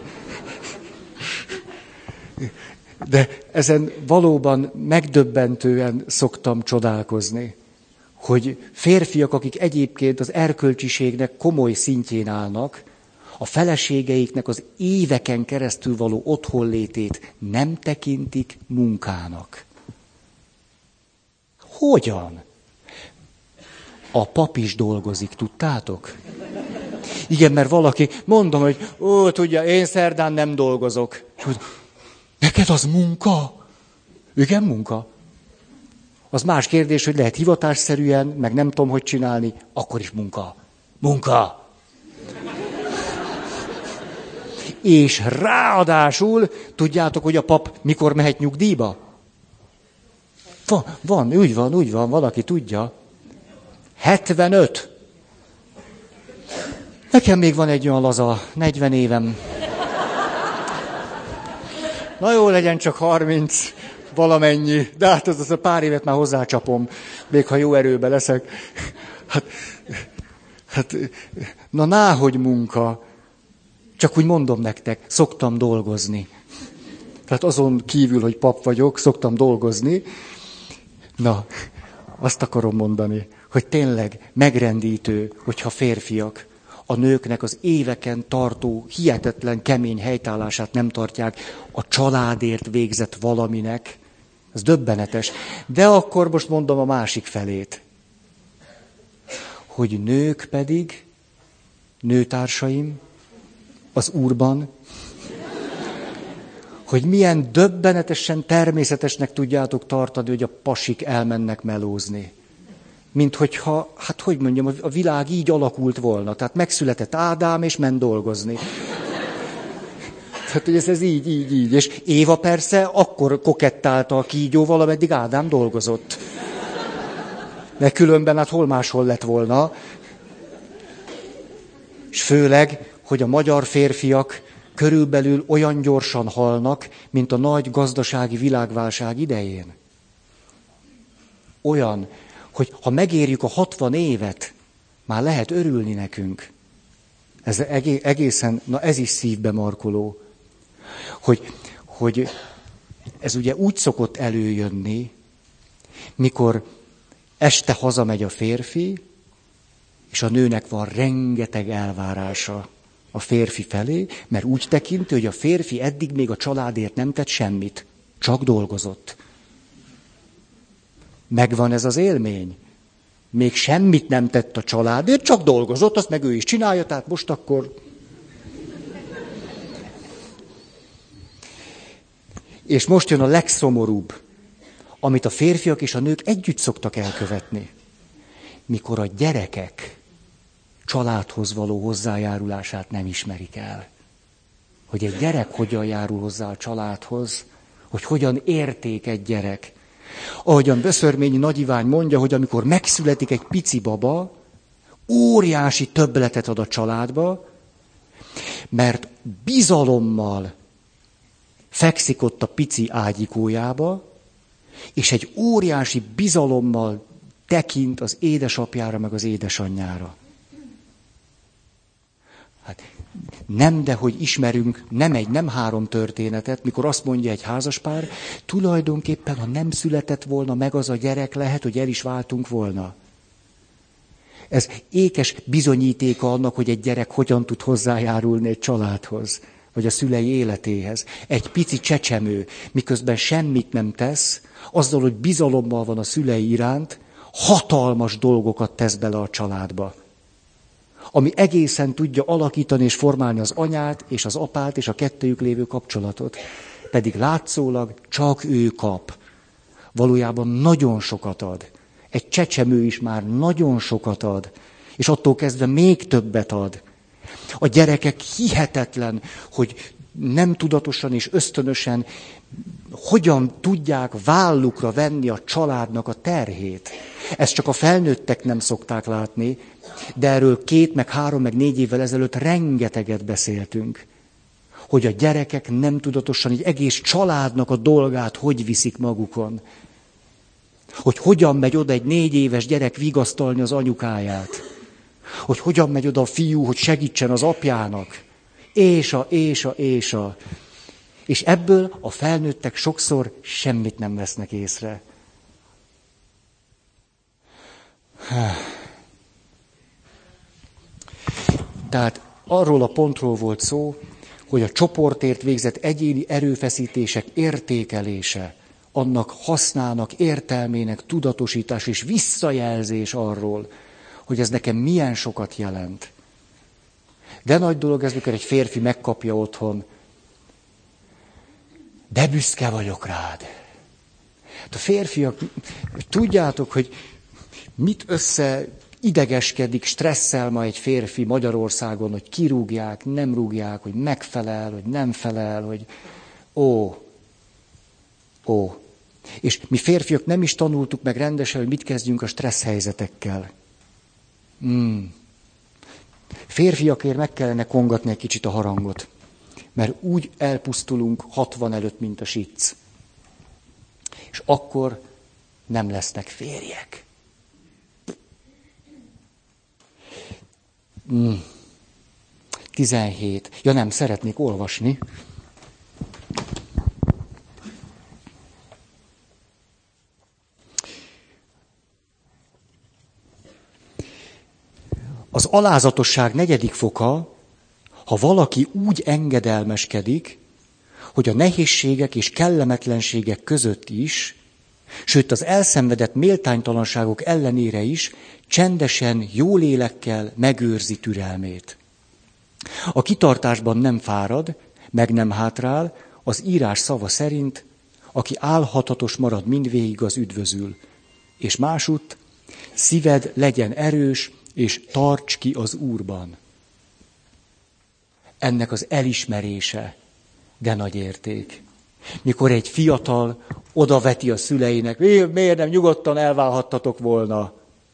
De ezen valóban megdöbbentően szoktam csodálkozni, hogy férfiak, akik egyébként az erkölcsiségnek komoly szintjén állnak, a feleségeiknek az éveken keresztül való otthonlétét nem tekintik munkának. Hogyan? A pap is dolgozik, tudtátok? Igen, mert valaki, mondom, hogy ó, tudja, én szerdán nem dolgozok. Neked az munka? Igen, munka. Az más kérdés, hogy lehet hivatásszerűen, meg nem tudom, hogy csinálni, akkor is munka. Munka! És ráadásul, tudjátok, hogy a pap mikor mehet nyugdíjba? Van, van, úgy van, úgy van, valaki tudja. hetvenöt. Nekem még van egy olyan laza, negyven évem. Na jó, legyen csak harminc, valamennyi. De hát az, az a pár évet már hozzácsapom, még ha jó erőben leszek. Hát, hát na náhogy munka. Csak úgy mondom nektek, szoktam dolgozni. Tehát azon kívül, hogy pap vagyok, szoktam dolgozni. Na, azt akarom mondani, hogy tényleg megrendítő, hogyha férfiak a nőknek az éveken tartó, hihetetlen kemény helytállását nem tartják a családért végzett valaminek. Ez döbbenetes. De akkor most mondom a másik felét. Hogy nők pedig, nőtársaim, az Úrban, hogy milyen döbbenetesen természetesnek tudjátok tartani, hogy a pasik elmennek melózni. Mint hogyha, hát hogy mondjam, a világ így alakult volna. Tehát megszületett Ádám, és ment dolgozni. Tehát, hogy ez, ez így, így, így. És Éva persze akkor kokettálta a kígyóval, ameddig Ádám dolgozott. Mert különben hát hol máshol lett volna. És főleg, hogy a magyar férfiak körülbelül olyan gyorsan halnak, mint a nagy gazdasági világválság idején. Olyan, hogy ha megérjük a hatvan évet, már lehet örülni nekünk. Ez egészen, na ez is szívbe markoló. Hogy, hogy ez ugye úgy szokott előjönni, mikor este hazamegy a férfi, és a nőnek van rengeteg elvárása a férfi felé, mert úgy tekinti, hogy a férfi eddig még a családért nem tett semmit, csak dolgozott. Megvan ez az élmény. Még semmit nem tett a családért, csak dolgozott, azt meg ő is csinálja, tehát most akkor... És most jön a legszomorúbb, amit a férfiak és a nők együtt szoktak elkövetni. Mikor a gyerekek családhoz való hozzájárulását nem ismerik el. Hogy egy gyerek hogyan járul hozzá a családhoz, hogy hogyan érték egy gyerek. Ahogyan Vöszörményi Nagy Iván mondja, hogy amikor megszületik egy pici baba, óriási többletet ad a családba, mert bizalommal fekszik ott a pici ágyikójába, és egy óriási bizalommal tekint az édesapjára, meg az édesanyjára. Hát nem, de hogy ismerünk nem egy, nem három történetet, mikor azt mondja egy házaspár, tulajdonképpen, ha nem született volna meg az a gyerek, lehet, hogy el is váltunk volna. Ez ékes bizonyítéka annak, hogy egy gyerek hogyan tud hozzájárulni egy családhoz, vagy a szülei életéhez. Egy pici csecsemő, miközben semmit nem tesz, azzal, hogy bizalommal van a szülei iránt, hatalmas dolgokat tesz bele a családba. Ami egészen tudja alakítani és formálni az anyát és az apát és a kettőjük lévő kapcsolatot. Pedig látszólag csak ő kap. Valójában nagyon sokat ad. Egy csecsemő is már nagyon sokat ad. És attól kezdve még többet ad. A gyerekek hihetetlen, hogy nem tudatosan és ösztönösen hogyan tudják vállukra venni a családnak a terhét. Ezt csak a felnőttek nem szokták látni, de erről két, meg három, meg négy évvel ezelőtt rengeteget beszéltünk. Hogy a gyerekek nem tudatosan egy egész családnak a dolgát hogy viszik magukon. Hogy hogyan megy oda egy négy éves gyerek vigasztalni az anyukáját. Hogy hogyan megy oda a fiú, hogy segítsen az apjának. És a, és a, és a. És ebből a felnőttek sokszor semmit nem vesznek észre. Tehát arról a pontról volt szó, hogy a csoportért végzett egyéni erőfeszítések értékelése, annak hasznának, értelmének tudatosítás és visszajelzés arról, hogy ez nekem milyen sokat jelent. De nagy dolog ez, mikor egy férfi megkapja otthon, de büszke vagyok rád. A férfiak, tudjátok, hogy mit össze idegeskedik, stresszel ma egy férfi Magyarországon, hogy kirúgják, nem rúgják, hogy megfelel, hogy nem felel, hogy ó, ó. És mi férfiak nem is tanultuk meg rendesen, hogy mit kezdjünk a stressz helyzetekkel. Hmm. Férfiakért meg kellene kongatni egy kicsit a harangot, mert úgy elpusztulunk hatvan előtt, mint a sic. És akkor nem lesznek férjek. Hmm. tizenhét. Ja nem, szeretnék olvasni. Az alázatosság negyedik foka, ha valaki úgy engedelmeskedik, hogy a nehézségek és kellemetlenségek között is, sőt az elszenvedett méltánytalanságok ellenére is csendesen, jó lélekkel megőrzi türelmét. A kitartásban nem fárad, meg nem hátrál, az írás szava szerint, aki álhatatos marad mindvégig, az üdvözül. És másutt, szíved legyen erős, és tarts ki az Úrban. Ennek az elismerése, de nagy érték. Mikor egy fiatal odaveti a szüleinek, miért nem nyugodtan elválhattatok volna?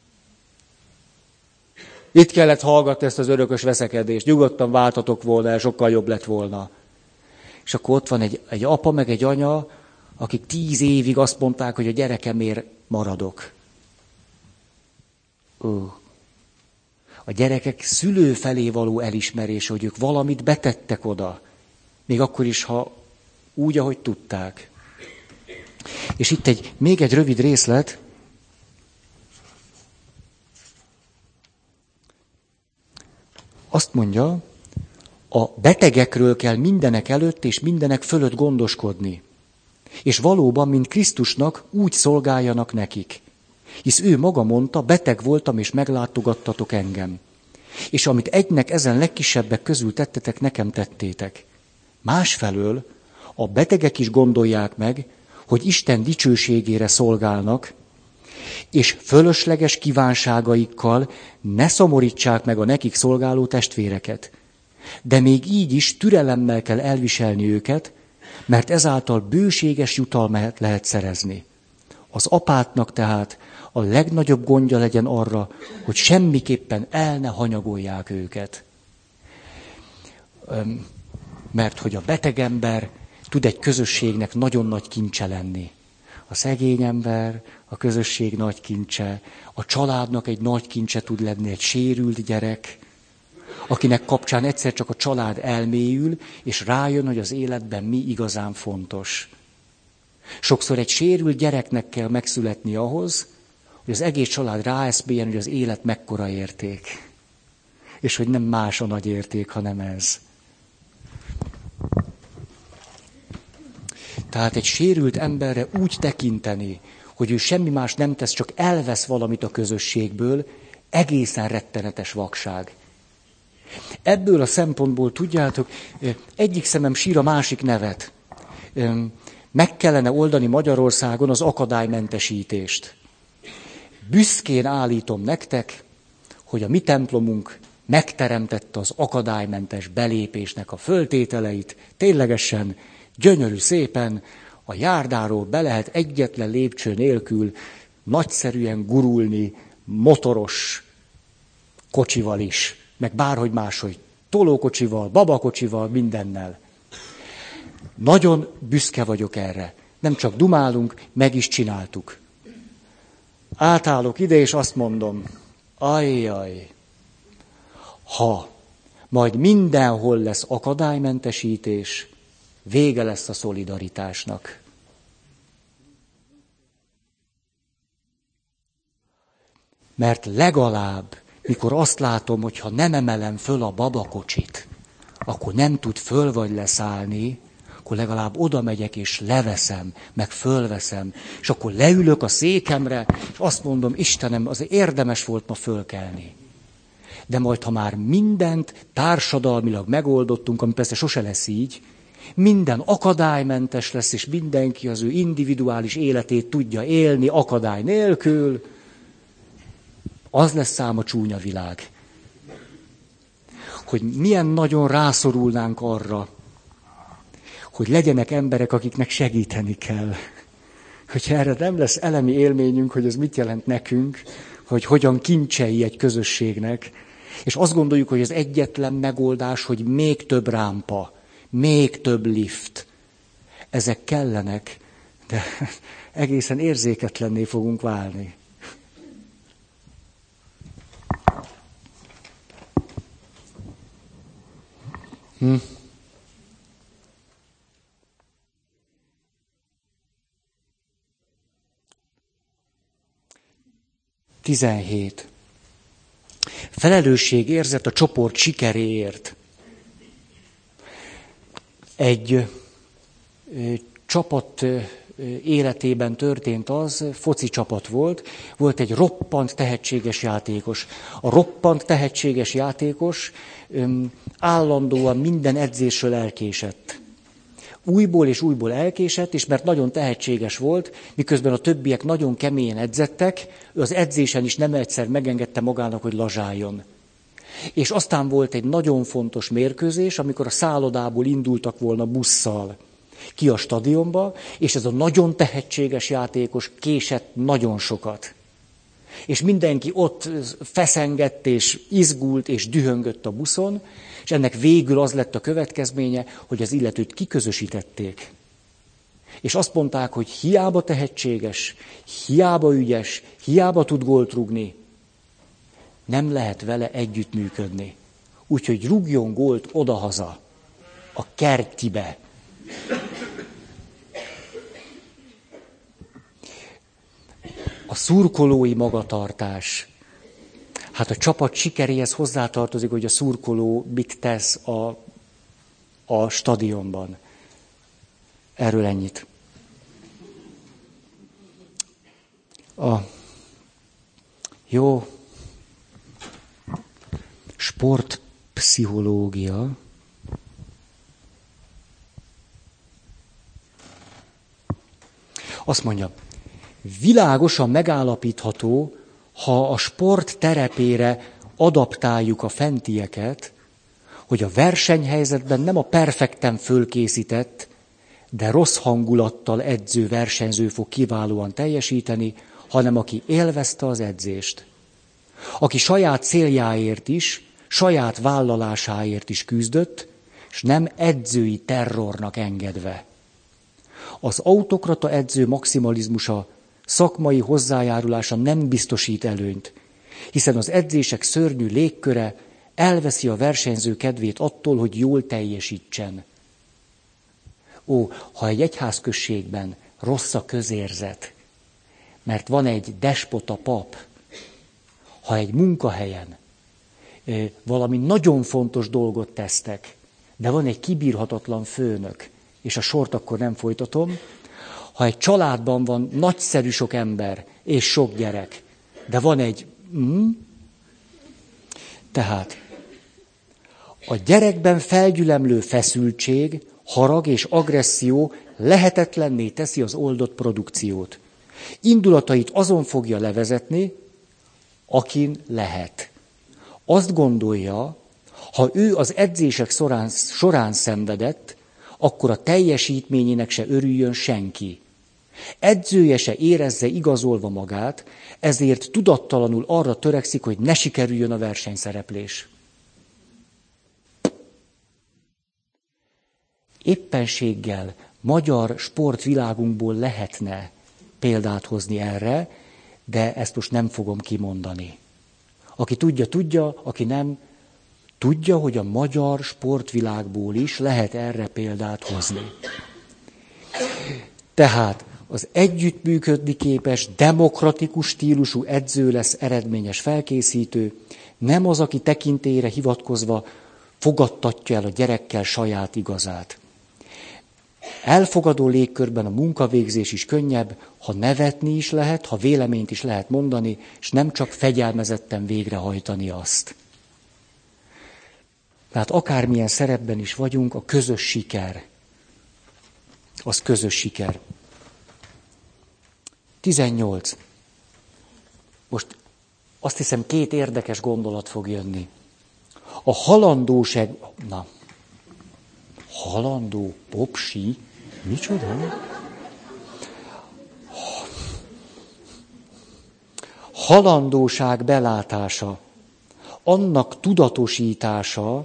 Itt kellett hallgatni ezt az örökös veszekedést, nyugodtan váltatok volna el, sokkal jobb lett volna. És akkor ott van egy, egy apa, meg egy anya, akik tíz évig azt mondták, hogy a gyerekemért maradok. Ó. A gyerekek szülő felé való elismerés, hogy ők valamit betettek oda. Még akkor is, ha úgy, ahogy tudták. És itt egy, még egy rövid részlet. Azt mondja, a betegekről kell mindenek előtt és mindenek fölött gondoskodni. És valóban, mint Krisztusnak, úgy szolgáljanak nekik. Hisz ő maga mondta, beteg voltam, és meglátogattatok engem. És amit egynek ezen legkisebbek közül tettetek, nekem tettétek. Másfelől a betegek is gondolják meg, hogy Isten dicsőségére szolgálnak, és fölösleges kívánságaikkal ne szomorítsák meg a nekik szolgáló testvéreket. De még így is türelemmel kell elviselni őket, mert ezáltal bőséges jutalmat lehet szerezni. Az apátnak tehát a legnagyobb gondja legyen arra, hogy semmiképpen el ne hanyagolják őket. Mert hogy a beteg ember tud egy közösségnek nagyon nagy kincse lenni. A szegény ember, a közösség nagy kincse, a családnak egy nagy kincse tud lenni egy sérült gyerek, akinek kapcsán egyszer csak a család elmélyül, és rájön, hogy az életben mi igazán fontos. Sokszor egy sérült gyereknek kell megszületni ahhoz, hogy az egész család ráeszméljen, hogy az élet mekkora érték. És hogy nem más a nagy érték, hanem ez. Tehát egy sérült emberre úgy tekinteni, hogy ő semmi más nem tesz, csak elvesz valamit a közösségből, egészen rettenetes vakság. Ebből a szempontból, tudjátok, egyik szemem sír, a másik nevet. Meg kellene oldani Magyarországon az akadálymentesítést. Büszkén állítom nektek, hogy a mi templomunk megteremtette az akadálymentes belépésnek a föltételeit, ténylegesen, gyönyörű szépen, a járdáról be lehet egyetlen lépcső nélkül nagyszerűen gurulni motoros kocsival is, meg bárhogy máshogy, tolókocsival, babakocsival, mindennel. Nagyon büszke vagyok erre. Nem csak dumálunk, meg is csináltuk. Átállok ide, és azt mondom, ajjaj, ha majd mindenhol lesz akadálymentesítés, vége lesz a szolidaritásnak. Mert legalább, mikor azt látom, hogy ha nem emelem föl a babakocsit, akkor nem tud föl vagy leszállni, akkor legalább oda megyek és leveszem, meg fölveszem, és akkor leülök a székemre, és azt mondom, Istenem, azért érdemes volt ma fölkelni. De majd, ha már mindent társadalmilag megoldottunk, ami persze sose lesz így, minden akadálymentes lesz, és mindenki az ő individuális életét tudja élni akadály nélkül, Az lesz ám a csúnya világ. Hogy milyen nagyon rászorulnánk arra, hogy legyenek emberek, akiknek segíteni kell. Hogyha erre nem lesz elemi élményünk, hogy ez mit jelent nekünk, hogy hogyan kincsei egy közösségnek, és azt gondoljuk, hogy az egyetlen megoldás, hogy még több rámpa, még több lift. Ezek kellenek, de egészen érzéketlenné fogunk válni. Hm. tizenhét. Felelősségérzet a csoport sikeréért. Egy ö, csapat ö, életében történt az, foci csapat volt, volt egy roppant tehetséges játékos. A roppant tehetséges játékos ö, állandóan minden edzésről elkésett. Újból és újból elkésett, és mert nagyon tehetséges volt, miközben a többiek nagyon keményen edzettek, ő az edzésen is nem egyszer megengedte magának, hogy lazsáljon. És aztán volt egy nagyon fontos mérkőzés, amikor a szállodából indultak volna busszal ki a stadionba, és ez a nagyon tehetséges játékos késett nagyon sokat. És mindenki ott feszengett, és izgult, és dühöngött a buszon, és ennek végül az lett a következménye, hogy az illetőt kiközösítették. És azt mondták, hogy hiába tehetséges, hiába ügyes, hiába tud gólt rúgni, nem lehet vele együttműködni. Úgyhogy rúgjon gólt odahaza, a kertjibe. A szurkolói magatartás. Hát a csapat sikeréhez hozzátartozik, hogy a szurkoló mit tesz a, a stadionban. Erről ennyit. A jó sportpszichológia. Azt mondja, világosan megállapítható, ha a sport terepére adaptáljuk a fentieket, hogy a versenyhelyzetben nem a perfekten fölkészített, de rossz hangulattal edző versenyző fog kiválóan teljesíteni, hanem aki élvezte az edzést. Aki saját céljáért is, saját vállalásáért is küzdött, és nem edzői terrornak engedve. Az autokrata edző maximalizmusa, szakmai hozzájárulása nem biztosít előnyt, hiszen az edzések szörnyű légköre elveszi a versenyző kedvét attól, hogy jól teljesítsen. Ó, ha egy egyházközségben rossz a közérzet, mert van egy despota pap, ha egy munkahelyen valami nagyon fontos dolgot tesztek, de van egy kibírhatatlan főnök, és a sort akkor nem folytatom, ha egy családban van nagyszerű sok ember és sok gyerek, de van egy... Mm, tehát a gyerekben felgyülemlő feszültség, harag és agresszió lehetetlenné teszi az oldott produkciót. Indulatait azon fogja levezetni, akin lehet. Azt gondolja, ha ő az edzések során, során szenvedett, akkor a teljesítményének se örüljön senki. Edzője se érezze igazolva magát, ezért tudattalanul arra törekszik, hogy ne sikerüljön a versenyszereplés. Éppenséggel magyar sportvilágunkból lehetne példát hozni erre, de ezt most nem fogom kimondani. Aki tudja, tudja, aki nem, tudja, hogy a magyar sportvilágból is lehet erre példát hozni. Tehát az együttműködni képes, demokratikus stílusú edző lesz eredményes felkészítő, nem az, aki tekintélyre hivatkozva fogadtatja el a gyerekkel saját igazát. Elfogadó légkörben a munkavégzés is könnyebb, ha nevetni is lehet, ha véleményt is lehet mondani, és nem csak fegyelmezetten végrehajtani azt. Tehát akármilyen szerepben is vagyunk, a közös siker. Az közös siker. tizennyolc. Most azt hiszem két érdekes gondolat fog jönni. A halandóság... Na, halandó popsi? Micsoda? Halandóság belátása, annak tudatosítása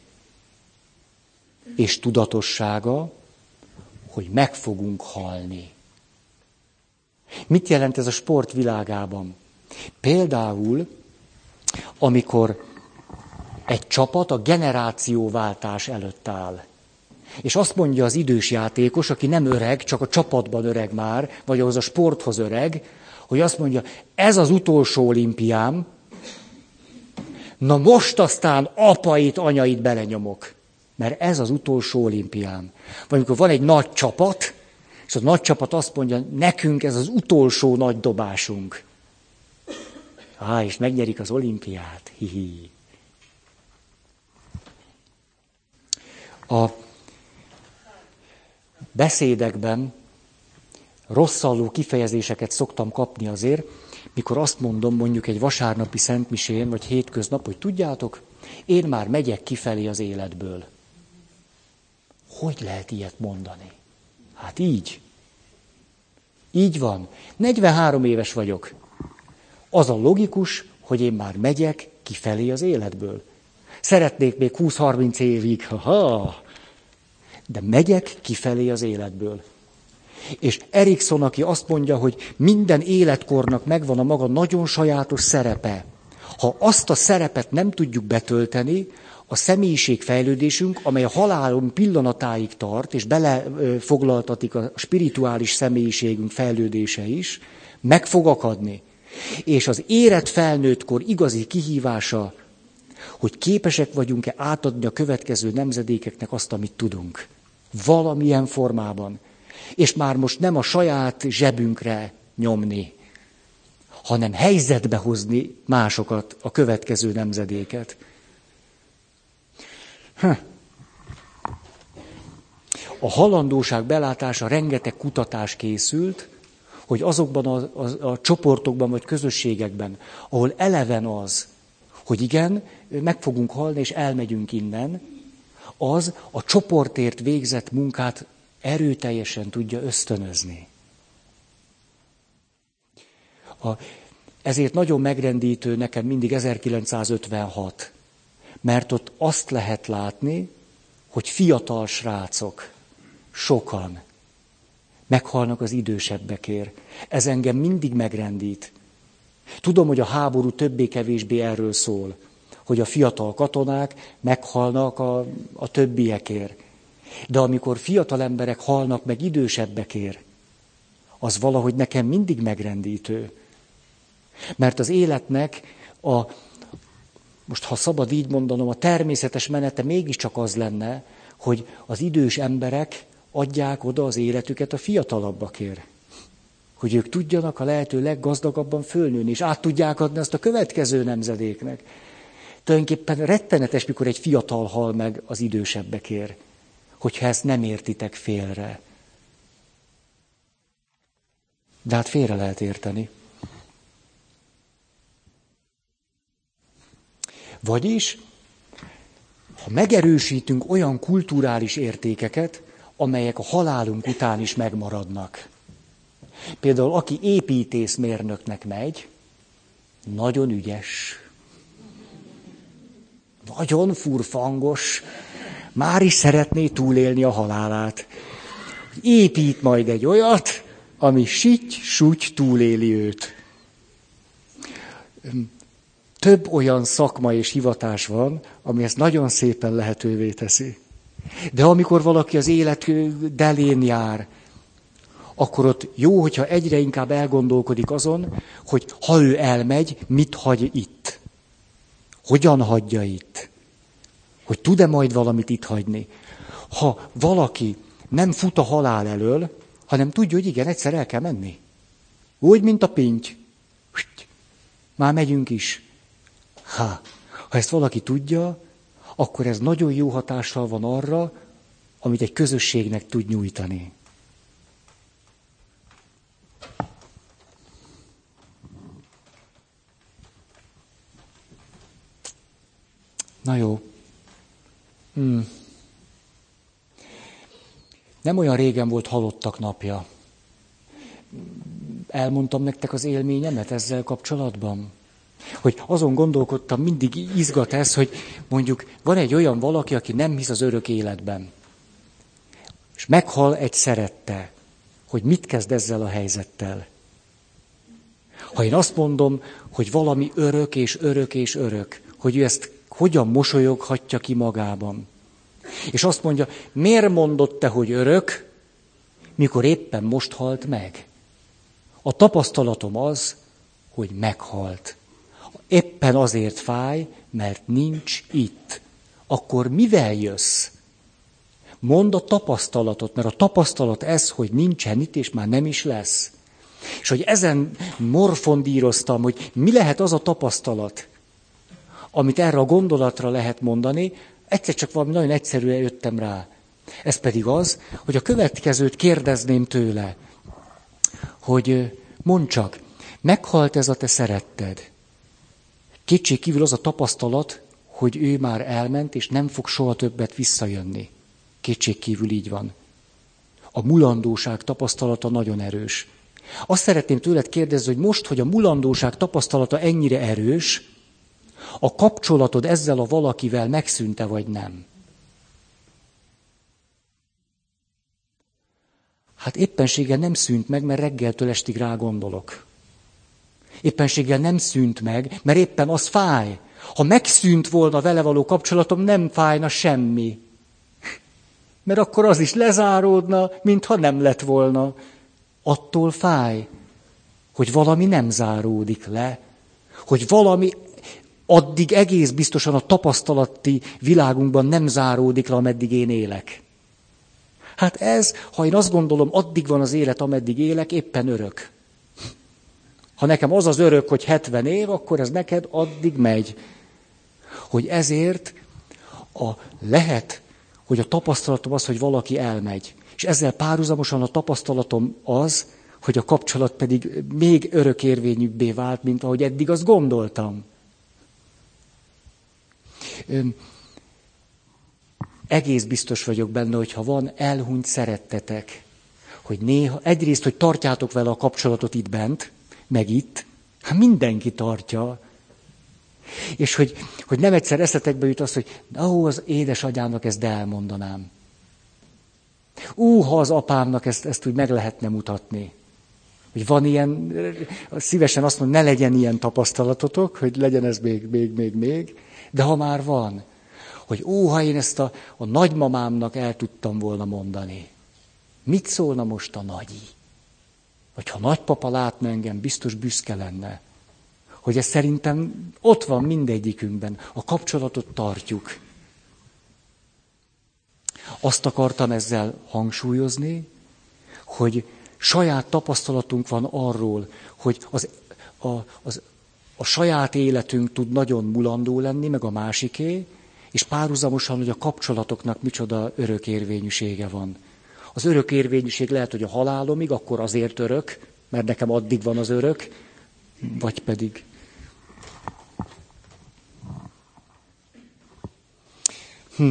és tudatossága, hogy meg fogunk halni. Mit jelent ez a sport világában? Például, amikor egy csapat a generációváltás előtt áll, és azt mondja az idős játékos, aki nem öreg, csak a csapatban öreg már, vagy ahhoz a sporthoz öreg, hogy azt mondja, ez az utolsó olimpiám, na most aztán apait, anyait belenyomok, mert ez az utolsó olimpiám. Vagy amikor van egy nagy csapat, és a nagy csapat azt mondja, nekünk ez az utolsó nagy dobásunk. Á, és megnyerik az olimpiát. Hihi. A beszédekben rosszalló kifejezéseket szoktam kapni azért, mikor azt mondom mondjuk egy vasárnapi szentmisén, vagy hétköznap, hogy tudjátok, én már megyek kifelé az életből. Hogy lehet ilyet mondani? Hát így. Így van. negyvenhárom éves vagyok. Az a logikus, hogy én már megyek kifelé az életből. Szeretnék még húsz-harminc évig, ha-ha. De megyek kifelé az életből. És Erikson, aki azt mondja, hogy minden életkornak megvan a maga nagyon sajátos szerepe. Ha azt a szerepet nem tudjuk betölteni, a személyiségfejlődésünk, amely a halálunk pillanatáig tart, és belefoglaltatik a spirituális személyiségünk fejlődése is, meg fog akadni. És az érett felnőttkor igazi kihívása, hogy képesek vagyunk-e átadni a következő nemzedékeknek azt, amit tudunk. Valamilyen formában. És már most nem a saját zsebünkre nyomni, hanem helyzetbe hozni másokat, a következő nemzedéket. Hm. A halandóság belátása, rengeteg kutatás készült, hogy azokban a, a, a csoportokban vagy közösségekben, ahol eleven az, hogy igen, meg fogunk halni és elmegyünk innen, az a csoportért végzett munkát erőteljesen tudja ösztönözni. A, ezért nagyon megrendítő nekem mindig ezerkilencszázötvenhat, mert ott azt lehet látni, hogy fiatal srácok, sokan meghalnak az idősebbekért. Ez engem mindig megrendít. Tudom, hogy a háború többé-kevésbé erről szól, hogy a fiatal katonák meghalnak a, a többiekért. De amikor fiatal emberek halnak meg idősebbekért, az valahogy nekem mindig megrendítő. Mert az életnek a, most ha szabad így mondanom, a természetes menete mégiscsak az lenne, hogy az idős emberek adják oda az életüket a fiatalabbakért. Hogy ők tudjanak a lehető leggazdagabban fölnőni, és át tudják adni azt a következő nemzedéknek. Tulajdonképpen rettenetes, mikor egy fiatal hal meg az idősebbekért, hogyha ezt nem értitek félre. De hát félre lehet érteni. Vagyis, ha megerősítünk olyan kulturális értékeket, amelyek a halálunk után is megmaradnak. Például aki építészmérnöknek megy, nagyon ügyes, nagyon furfangos, már is szeretné túlélni a halálát. Épít majd egy olyat, ami sitty-sutty túléli őt. Több olyan szakma és hivatás van, ami ezt nagyon szépen lehetővé teszi. De amikor valaki az élet delén jár, akkor ott jó, hogyha egyre inkább elgondolkodik azon, hogy ha ő elmegy, mit hagy itt? Hogyan hagyja itt? Hogy tud-e majd valamit itt hagyni? Ha valaki nem fut a halál elől, hanem tudja, hogy igen, egyszer el kell menni. Úgy, mint a pinty. Már megyünk is. Ha, ha ezt valaki tudja, akkor ez nagyon jó hatással van arra, amit egy közösségnek tud nyújtani. Na jó. Hmm. Nem olyan régen volt halottak napja. Elmondtam nektek az élményemet ezzel kapcsolatban? Hogy azon gondolkodtam, mindig izgat ez, hogy mondjuk van egy olyan valaki, aki nem hisz az örök életben. És meghal egy szerette, hogy mit kezd ezzel a helyzettel. Ha én azt mondom, hogy valami örök és örök és örök, hogy ő ezt hogyan mosolyoghatja ki magában. És azt mondja, miért mondod te, hogy örök, mikor éppen most halt meg? A tapasztalatom az, hogy meghalt. Éppen azért fáj, mert nincs itt. Akkor mivel jössz? Mondd a tapasztalatot, mert a tapasztalat ez, hogy nincsen itt, és már nem is lesz. És hogy ezen morfondíroztam, hogy mi lehet az a tapasztalat, amit erre a gondolatra lehet mondani, egyszer csak valami nagyon egyszerűen jöttem rá. Ez pedig az, hogy a következőt kérdezném tőle, hogy mondd csak, meghalt ez a te szeretted. Kétség kívül az a tapasztalat, hogy ő már elment, és nem fog soha többet visszajönni. Kétség kívül így van. A mulandóság tapasztalata nagyon erős. Azt szeretném tőled kérdezni, hogy most, hogy a mulandóság tapasztalata ennyire erős, a kapcsolatod ezzel a valakivel megszűnte, vagy nem? Hát éppenséggel nem szűnt meg, mert reggeltől estig rá gondolok. Éppenséggel nem szűnt meg, mert éppen az fáj. Ha megszűnt volna vele való kapcsolatom, nem fájna semmi. Mert akkor az is lezáródna, mintha nem lett volna. Attól fáj, hogy valami nem záródik le, hogy valami addig egész biztosan a tapasztalati világunkban nem záródik le, ameddig én élek. Hát ez, ha én azt gondolom, addig van az élet, ameddig élek, éppen örök. Ha nekem az az örök, hogy hetven év, akkor ez neked addig megy. Hogy ezért a, lehet, hogy a tapasztalatom az, hogy valaki elmegy. És ezzel párhuzamosan a tapasztalatom az, hogy a kapcsolat pedig még örökérvényűbbé vált, mint ahogy eddig azt gondoltam. Öm, egész biztos vagyok benne, hogy ha van elhunyt szerettetek, hogy néha, egyrészt, hogy tartjátok vele a kapcsolatot itt bent, meg itt, hát mindenki tartja. És hogy, hogy nem egyszer eszetekbe jut az, hogy ó, az édesanyámnak ezt elmondanám. Ú, ha az apámnak ezt, ezt úgy meg lehetne mutatni. Hogy van ilyen, szívesen azt mondom, ne legyen ilyen tapasztalatotok, hogy legyen ez még, még, még, még. De ha már van, hogy ó, ha én ezt a, a nagymamámnak el tudtam volna mondani. Mit szólna most a nagyi? Vagy ha nagypapa látna engem, biztos büszke lenne. Hogy ez szerintem ott van mindegyikünkben. A kapcsolatot tartjuk. Azt akartam ezzel hangsúlyozni, hogy saját tapasztalatunk van arról, hogy az, a, az, a saját életünk tud nagyon mulandó lenni, meg a másiké, és párhuzamosan, hogy a kapcsolatoknak micsoda örökérvényűsége van. Az örökérvényűség lehet, hogy a halálomig, akkor azért örök, mert nekem addig van az örök, vagy pedig... Hm.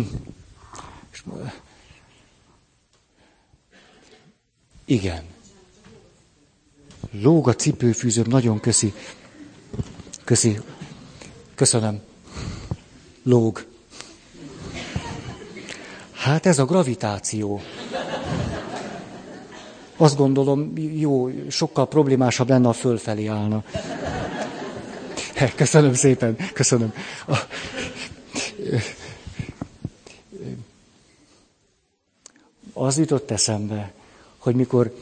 Igen. Lóg a cipőfűzőm, nagyon köszi. Köszi. Köszönöm. Lóg. Hát ez a gravitáció. Azt gondolom, jó, sokkal problémásabb lenne, ha fölfelé állna. Köszönöm szépen, köszönöm. Az jutott eszembe, hogy mikor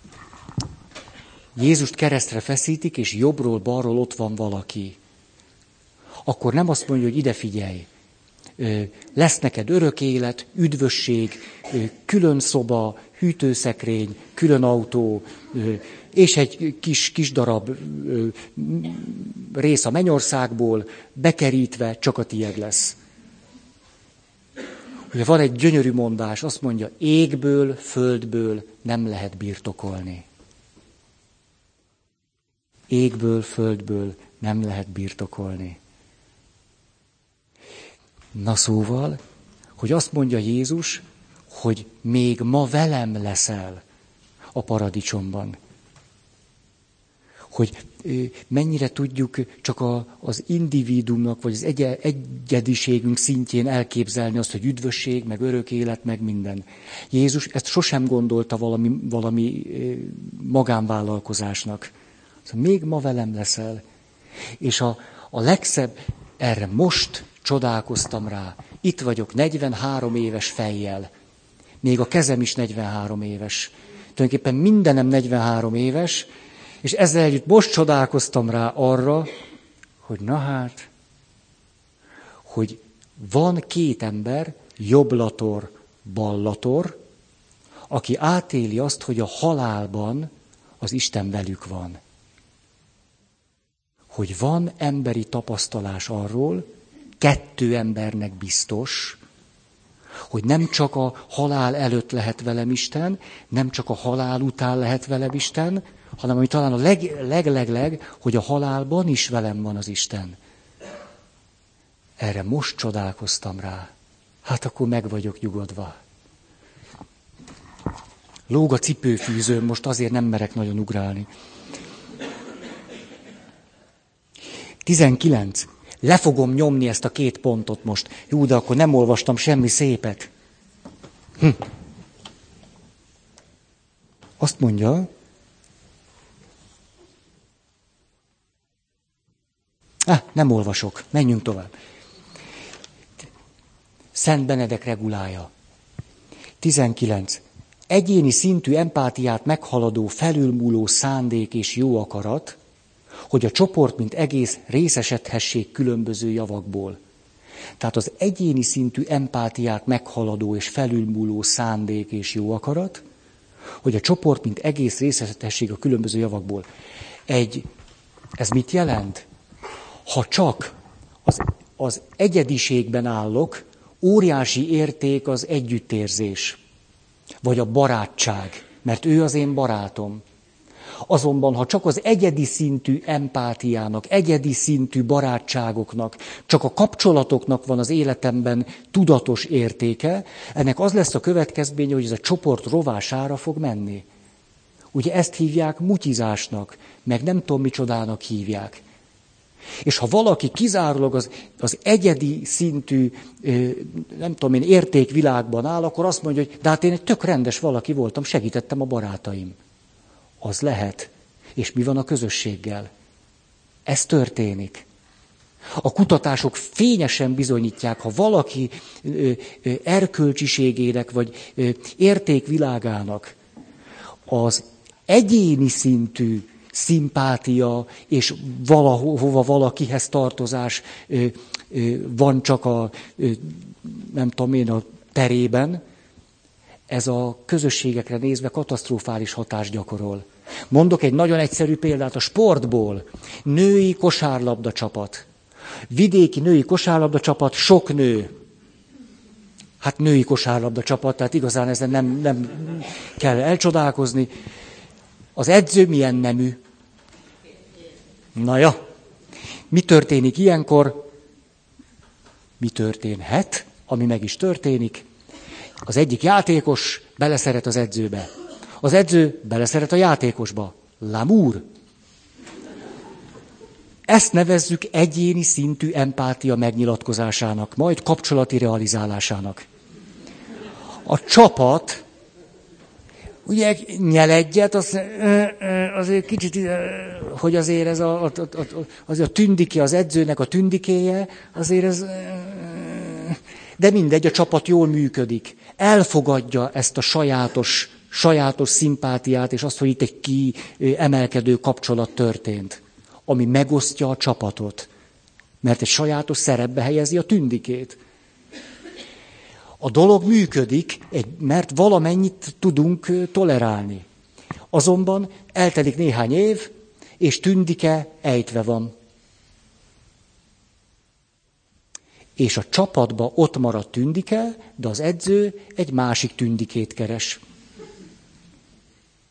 Jézust keresztre feszítik, és jobbról, balról ott van valaki, akkor nem azt mondja, hogy ide figyelj, lesz neked örök élet, üdvösség, külön szoba, hűtőszekrény, külön autó, és egy kis, kis darab rész a mennyországból, bekerítve csak a tied lesz. Ugye van egy gyönyörű mondás, azt mondja, égből, földből nem lehet birtokolni. Égből, földből nem lehet birtokolni. Na szóval, hogy azt mondja Jézus, hogy még ma velem leszel a paradicsomban. Hogy mennyire tudjuk csak a, az individuumnak, vagy az egy, egyediségünk szintjén elképzelni azt, hogy üdvösség, meg örök élet, meg minden. Jézus ezt sosem gondolta valami, valami magánvállalkozásnak. Szóval még ma velem leszel. És a, a legszebb, erre most csodálkoztam rá. Itt vagyok negyvenhárom éves fejjel. Még a kezem is negyvenhárom éves. Tulajdonképpen mindenem negyvenhárom éves, és ezzel együtt most csodálkoztam rá arra, hogy na hát, hogy van két ember, jobblator, ballator, aki átéli azt, hogy a halálban az Isten velük van. Hogy van emberi tapasztalás arról, kettő embernek biztos, hogy nem csak a halál előtt lehet velem Isten, nem csak a halál után lehet velem Isten, hanem ami talán a leg, leg, leg, leg, hogy a halálban is velem van az Isten. Erre most csodálkoztam rá. Hát akkor meg vagyok nyugodva. Lóg a cipőfűzőm, most azért nem merek nagyon ugrálni. tizenkilenc. Le fogom nyomni ezt a két pontot most. Jó, de akkor nem olvastam semmi szépet. Hm. Azt mondja, ah, nem olvasok, menjünk tovább. Szent Benedek regulája. tizenkilenc. Egyéni szintű empátiát meghaladó, felülmúló szándék és jó akarat, hogy a csoport mint egész részesedhessék különböző javakból. Tehát az egyéni szintű empátiát meghaladó és felülmúló szándék és jó akarat, hogy a csoport mint egész részesedhessék a különböző javakból. Egy, ez mit jelent? Ha csak az, az egyediségben állok, óriási érték az együttérzés, vagy a barátság, mert ő az én barátom. Azonban, ha csak az egyedi szintű empátiának, egyedi szintű barátságoknak, csak a kapcsolatoknak van az életemben tudatos értéke, ennek az lesz a következménye, hogy ez a csoport rovására fog menni. Ugye ezt hívják mutyizásnak, meg nem tudom micsodának hívják. És ha valaki kizárólag az, az egyedi szintű, nem tudom én, értékvilágban áll, akkor azt mondja, hogy de hát én egy tök rendes valaki voltam, segítettem a barátaim. Az lehet. És mi van a közösséggel? Ez történik. A kutatások fényesen bizonyítják, ha valaki erkölcsiségének vagy értékvilágának az egyéni szintű szimpátia és valahova valakihez tartozás van csak a, nem tudom én, a terében, ez a közösségekre nézve katasztrofális hatást gyakorol. Mondok egy nagyon egyszerű példát a sportból. Női kosárlabda csapat. Vidéki női kosárlabda csapat, sok nő. Hát női kosárlabda csapat, tehát igazán ezen nem, nem kell elcsodálkozni. Az edző milyen nemű? Na ja, mi történik ilyenkor? Mi történhet, ami meg is történik? Az egyik játékos beleszeret az edzőbe. Az edző beleszeret a játékosba. L'amour. Ezt nevezzük egyéni szintű empátia megnyilatkozásának, majd kapcsolati realizálásának. A csapat, ugye nyel egyet, az, azért kicsit, hogy azért ez a, a, a, az a tündike, az edzőnek a tündikéje, azért ez... De mindegy, a csapat jól működik. Elfogadja ezt a sajátos, sajátos szimpátiát, és azt, hogy itt egy kiemelkedő kapcsolat történt, ami megosztja a csapatot, mert egy sajátos szerepbe helyezi a tündikét. A dolog működik, mert valamennyit tudunk tolerálni. Azonban eltelik néhány év, és tündike ejtve van. És a csapatba ott marad tündike, de az edző egy másik tündikét keres.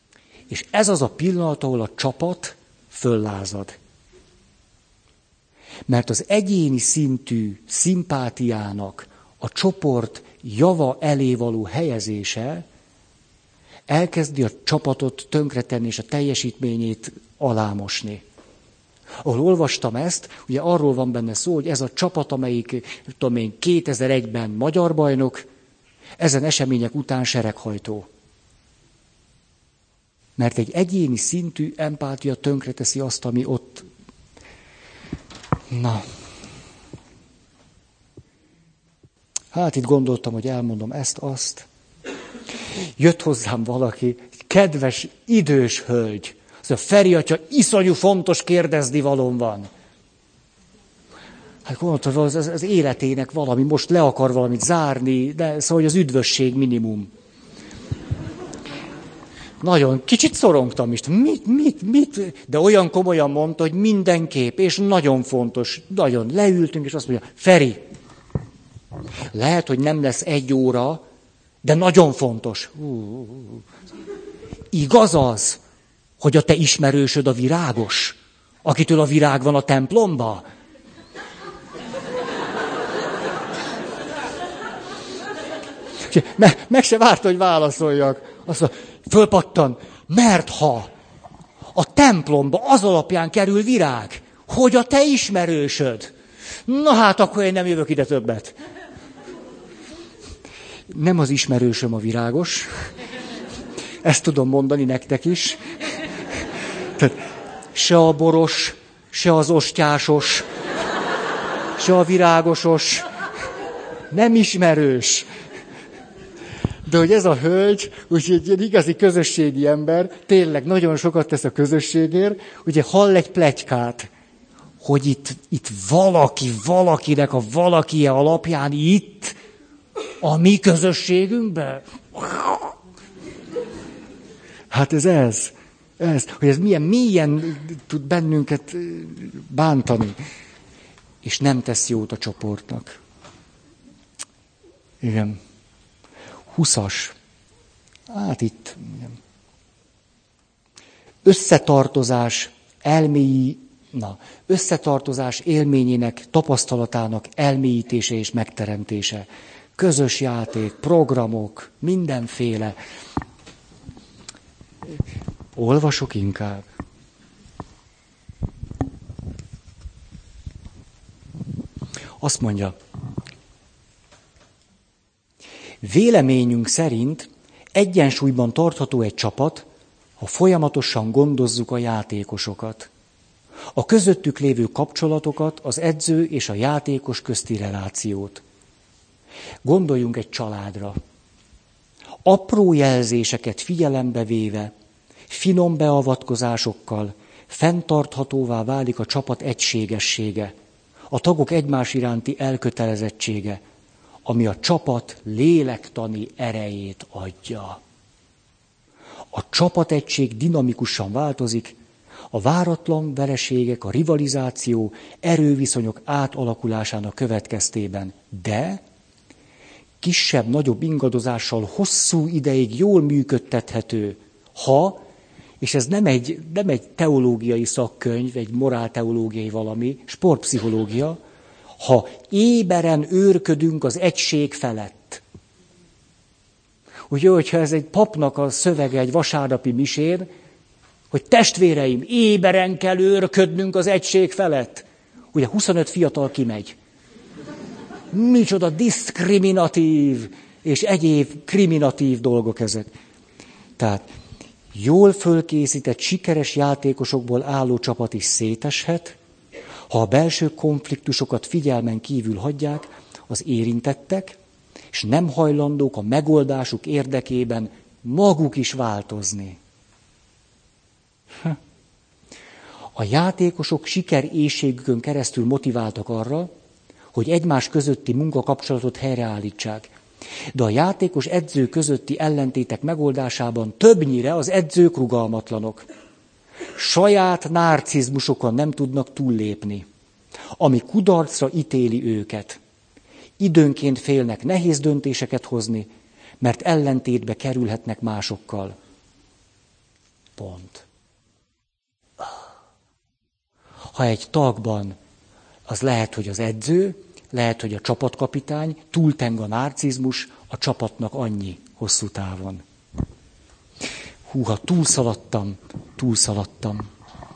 És ez az a pillanat, ahol a csapat föllázad. Mert az egyéni szintű szimpátiának a csoport java elé való helyezése elkezdi a csapatot tönkretenni és a teljesítményét alámosni. Ahol olvastam ezt, ugye arról van benne szó, hogy ez a csapat, amelyik tudom én, kétezer-egyben magyar bajnok, ezen események után sereghajtó. Mert egy egyéni szintű empátia tönkreteszi azt, ami ott... Na. Hát itt gondoltam, hogy elmondom ezt, azt. Jött hozzám valaki, kedves, idős hölgy. Azt mondja, Feri atya, iszonyú fontos kérdezni valóm van. Hát gondoltam, hogy az, az, az életének valami, most le akar valamit zárni, de szóval az üdvösség minimum. Nagyon, kicsit szorongtam is. Mit, mit, mit? De olyan komolyan mondta, hogy mindenképp, és nagyon fontos. Nagyon leültünk, és azt mondja, Feri, lehet, hogy nem lesz egy óra, de nagyon fontos. Igaz az, hogy a te ismerősöd a virágos, akitől a virág van a templomba? Me, meg se várta, hogy válaszoljak. Azt mondja, fölpattan, mert ha a templomba az alapján kerül virág, hogy a te ismerősöd, na hát akkor én nem jövök ide többet. Nem az ismerősöm a virágos, ezt tudom mondani nektek is. Tehát se a boros, se az ostyásos, se a virágosos, nem ismerős. De hogy ez a hölgy, úgyhogy egy igazi közösségi ember, tényleg nagyon sokat tesz a közösségért, ugye hall egy pletykát, hogy itt, itt valaki, valakinek a valakie alapján itt, a mi közösségünkben. Hát ez ez, ez, hogy ez milyen mélyen tud bennünket bántani, és nem tesz jót a csoportnak. Igen. Huszas. Hát itt. Összetartozás elméi, na, összetartozás élményének, tapasztalatának elmélyítése és megteremtése. Közös játék, programok, mindenféle. Olvasok inkább. Azt mondja, véleményünk szerint egyensúlyban tartható egy csapat, ha folyamatosan gondozzuk a játékosokat. A közöttük lévő kapcsolatokat, az edző és a játékos közti relációt. Gondoljunk egy családra. Apró jelzéseket figyelembe véve, finom beavatkozásokkal fenntarthatóvá válik a csapat egységessége, a tagok egymás iránti elkötelezettsége, ami a csapat lélektani erejét adja. A csapategység dinamikusan változik, a váratlan vereségek, a rivalizáció, erőviszonyok átalakulásának következtében, de kisebb-nagyobb ingadozással hosszú ideig jól működtethető, ha, és ez nem egy, nem egy teológiai szakkönyv, egy morálteológiai valami, sportpszichológia, ha éberen őrködünk az egység felett. Ugye, hogyha ez egy papnak a szövege egy vasárnapi misén, hogy testvéreim, éberen kell őrködnünk az egység felett. Ugye huszonöt fiatal kimegy. Micsoda diszkriminatív és egyéb kriminatív dolgok ezek. Tehát jól fölkészített, sikeres játékosokból álló csapat is széteshet, ha a belső konfliktusokat figyelmen kívül hagyják az érintettek, és nem hajlandók a megoldásuk érdekében maguk is változni. A játékosok sikerészségükön keresztül motiváltak arra, hogy egymás közötti munkakapcsolatot helyreállítsák. De a játékos-edző közötti ellentétek megoldásában többnyire az edzők rugalmatlanok. Saját narcizmusokon nem tudnak túllépni, ami kudarcra ítéli őket. Időnként félnek nehéz döntéseket hozni, mert ellentétbe kerülhetnek másokkal. Pont. Ha egy tagban Az lehet, hogy az edző, lehet, hogy a csapatkapitány, túlteng a narcizmus, a csapatnak annyi hosszú távon. Húha, túlszaladtam, túlszaladtam.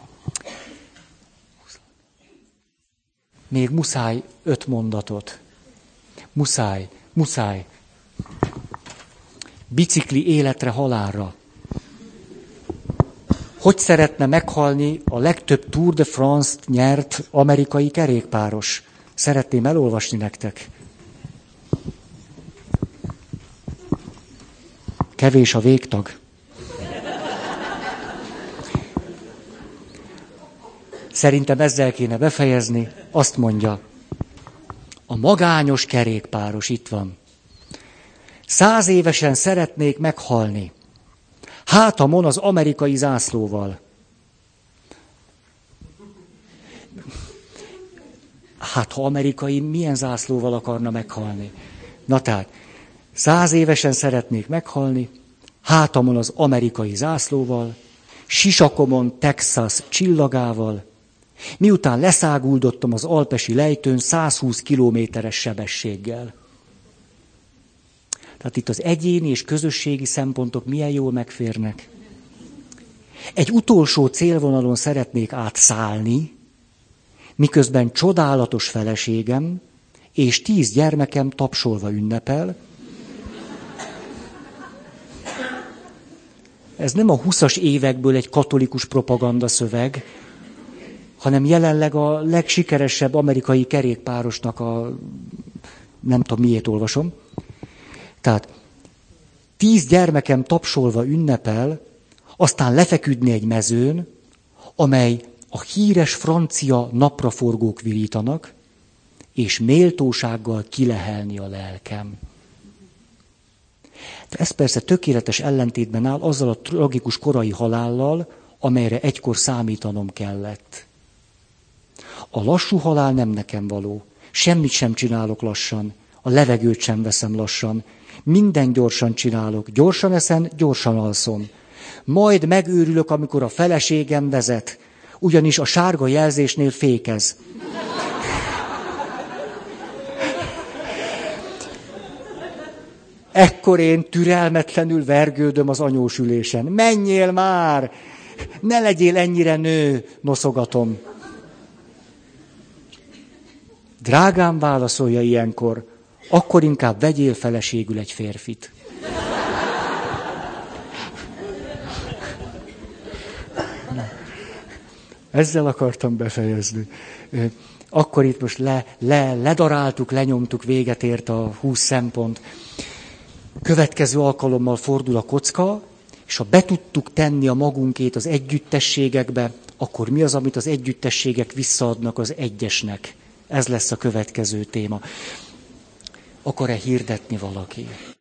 Még muszáj öt mondatot. Muszáj, muszáj. Bicikli életre, halálra. Hogy szeretne meghalni a legtöbb Tour de France-t nyert amerikai kerékpáros? Szeretném elolvasni nektek. Kevés a végtag. Szerintem ezzel kéne befejezni. Azt mondja, a magányos kerékpáros itt van. Száz évesen szeretnék meghalni. Hátamon az amerikai zászlóval. Hát, ha amerikai, milyen zászlóval akarna meghalni? Na tehát, száz évesen szeretnék meghalni, hátamon az amerikai zászlóval, sisakomon Texas csillagával, miután leszáguldottam az alpesi lejtőn százhúsz kilométeres sebességgel. Tehát itt az egyéni és közösségi szempontok milyen jól megférnek. Egy utolsó célvonalon szeretnék átszállni, miközben csodálatos feleségem és tíz gyermekem tapsolva ünnepel. Ez nem a huszas évekből egy katolikus propaganda szöveg, hanem jelenleg a legsikeresebb amerikai kerékpárosnak a... nem tudom, miért olvasom. Tehát tíz gyermekem tapsolva ünnepel, aztán lefeküdni egy mezőn, amely a híres francia napraforgók virítanak, és méltósággal kilehelni a lelkem. De ez persze tökéletes ellentétben áll azzal a tragikus korai halállal, amelyre egykor számítanom kellett. A lassú halál nem nekem való. Semmit sem csinálok lassan, a levegőt sem veszem lassan. Minden gyorsan csinálok, gyorsan eszem, gyorsan alszom. Majd megőrülök, amikor a feleségem vezet, ugyanis a sárga jelzésnél fékez. Ekkor én türelmetlenül vergődöm az anyósülésen. Menjél már! Ne legyél ennyire nő, noszogatom. Drágám, válaszolja ilyenkor, akkor inkább vegyél feleségül egy férfit. Ezzel akartam befejezni. Akkor itt most le, le, ledaráltuk, lenyomtuk, véget ért a húsz szempont. Következő alkalommal fordul a kocka, és ha be tudtuk tenni a magunkét az együttességekbe, akkor mi az, amit az együttességek visszaadnak az egyesnek? Ez lesz a következő téma. Akar-e hirdetni valaki?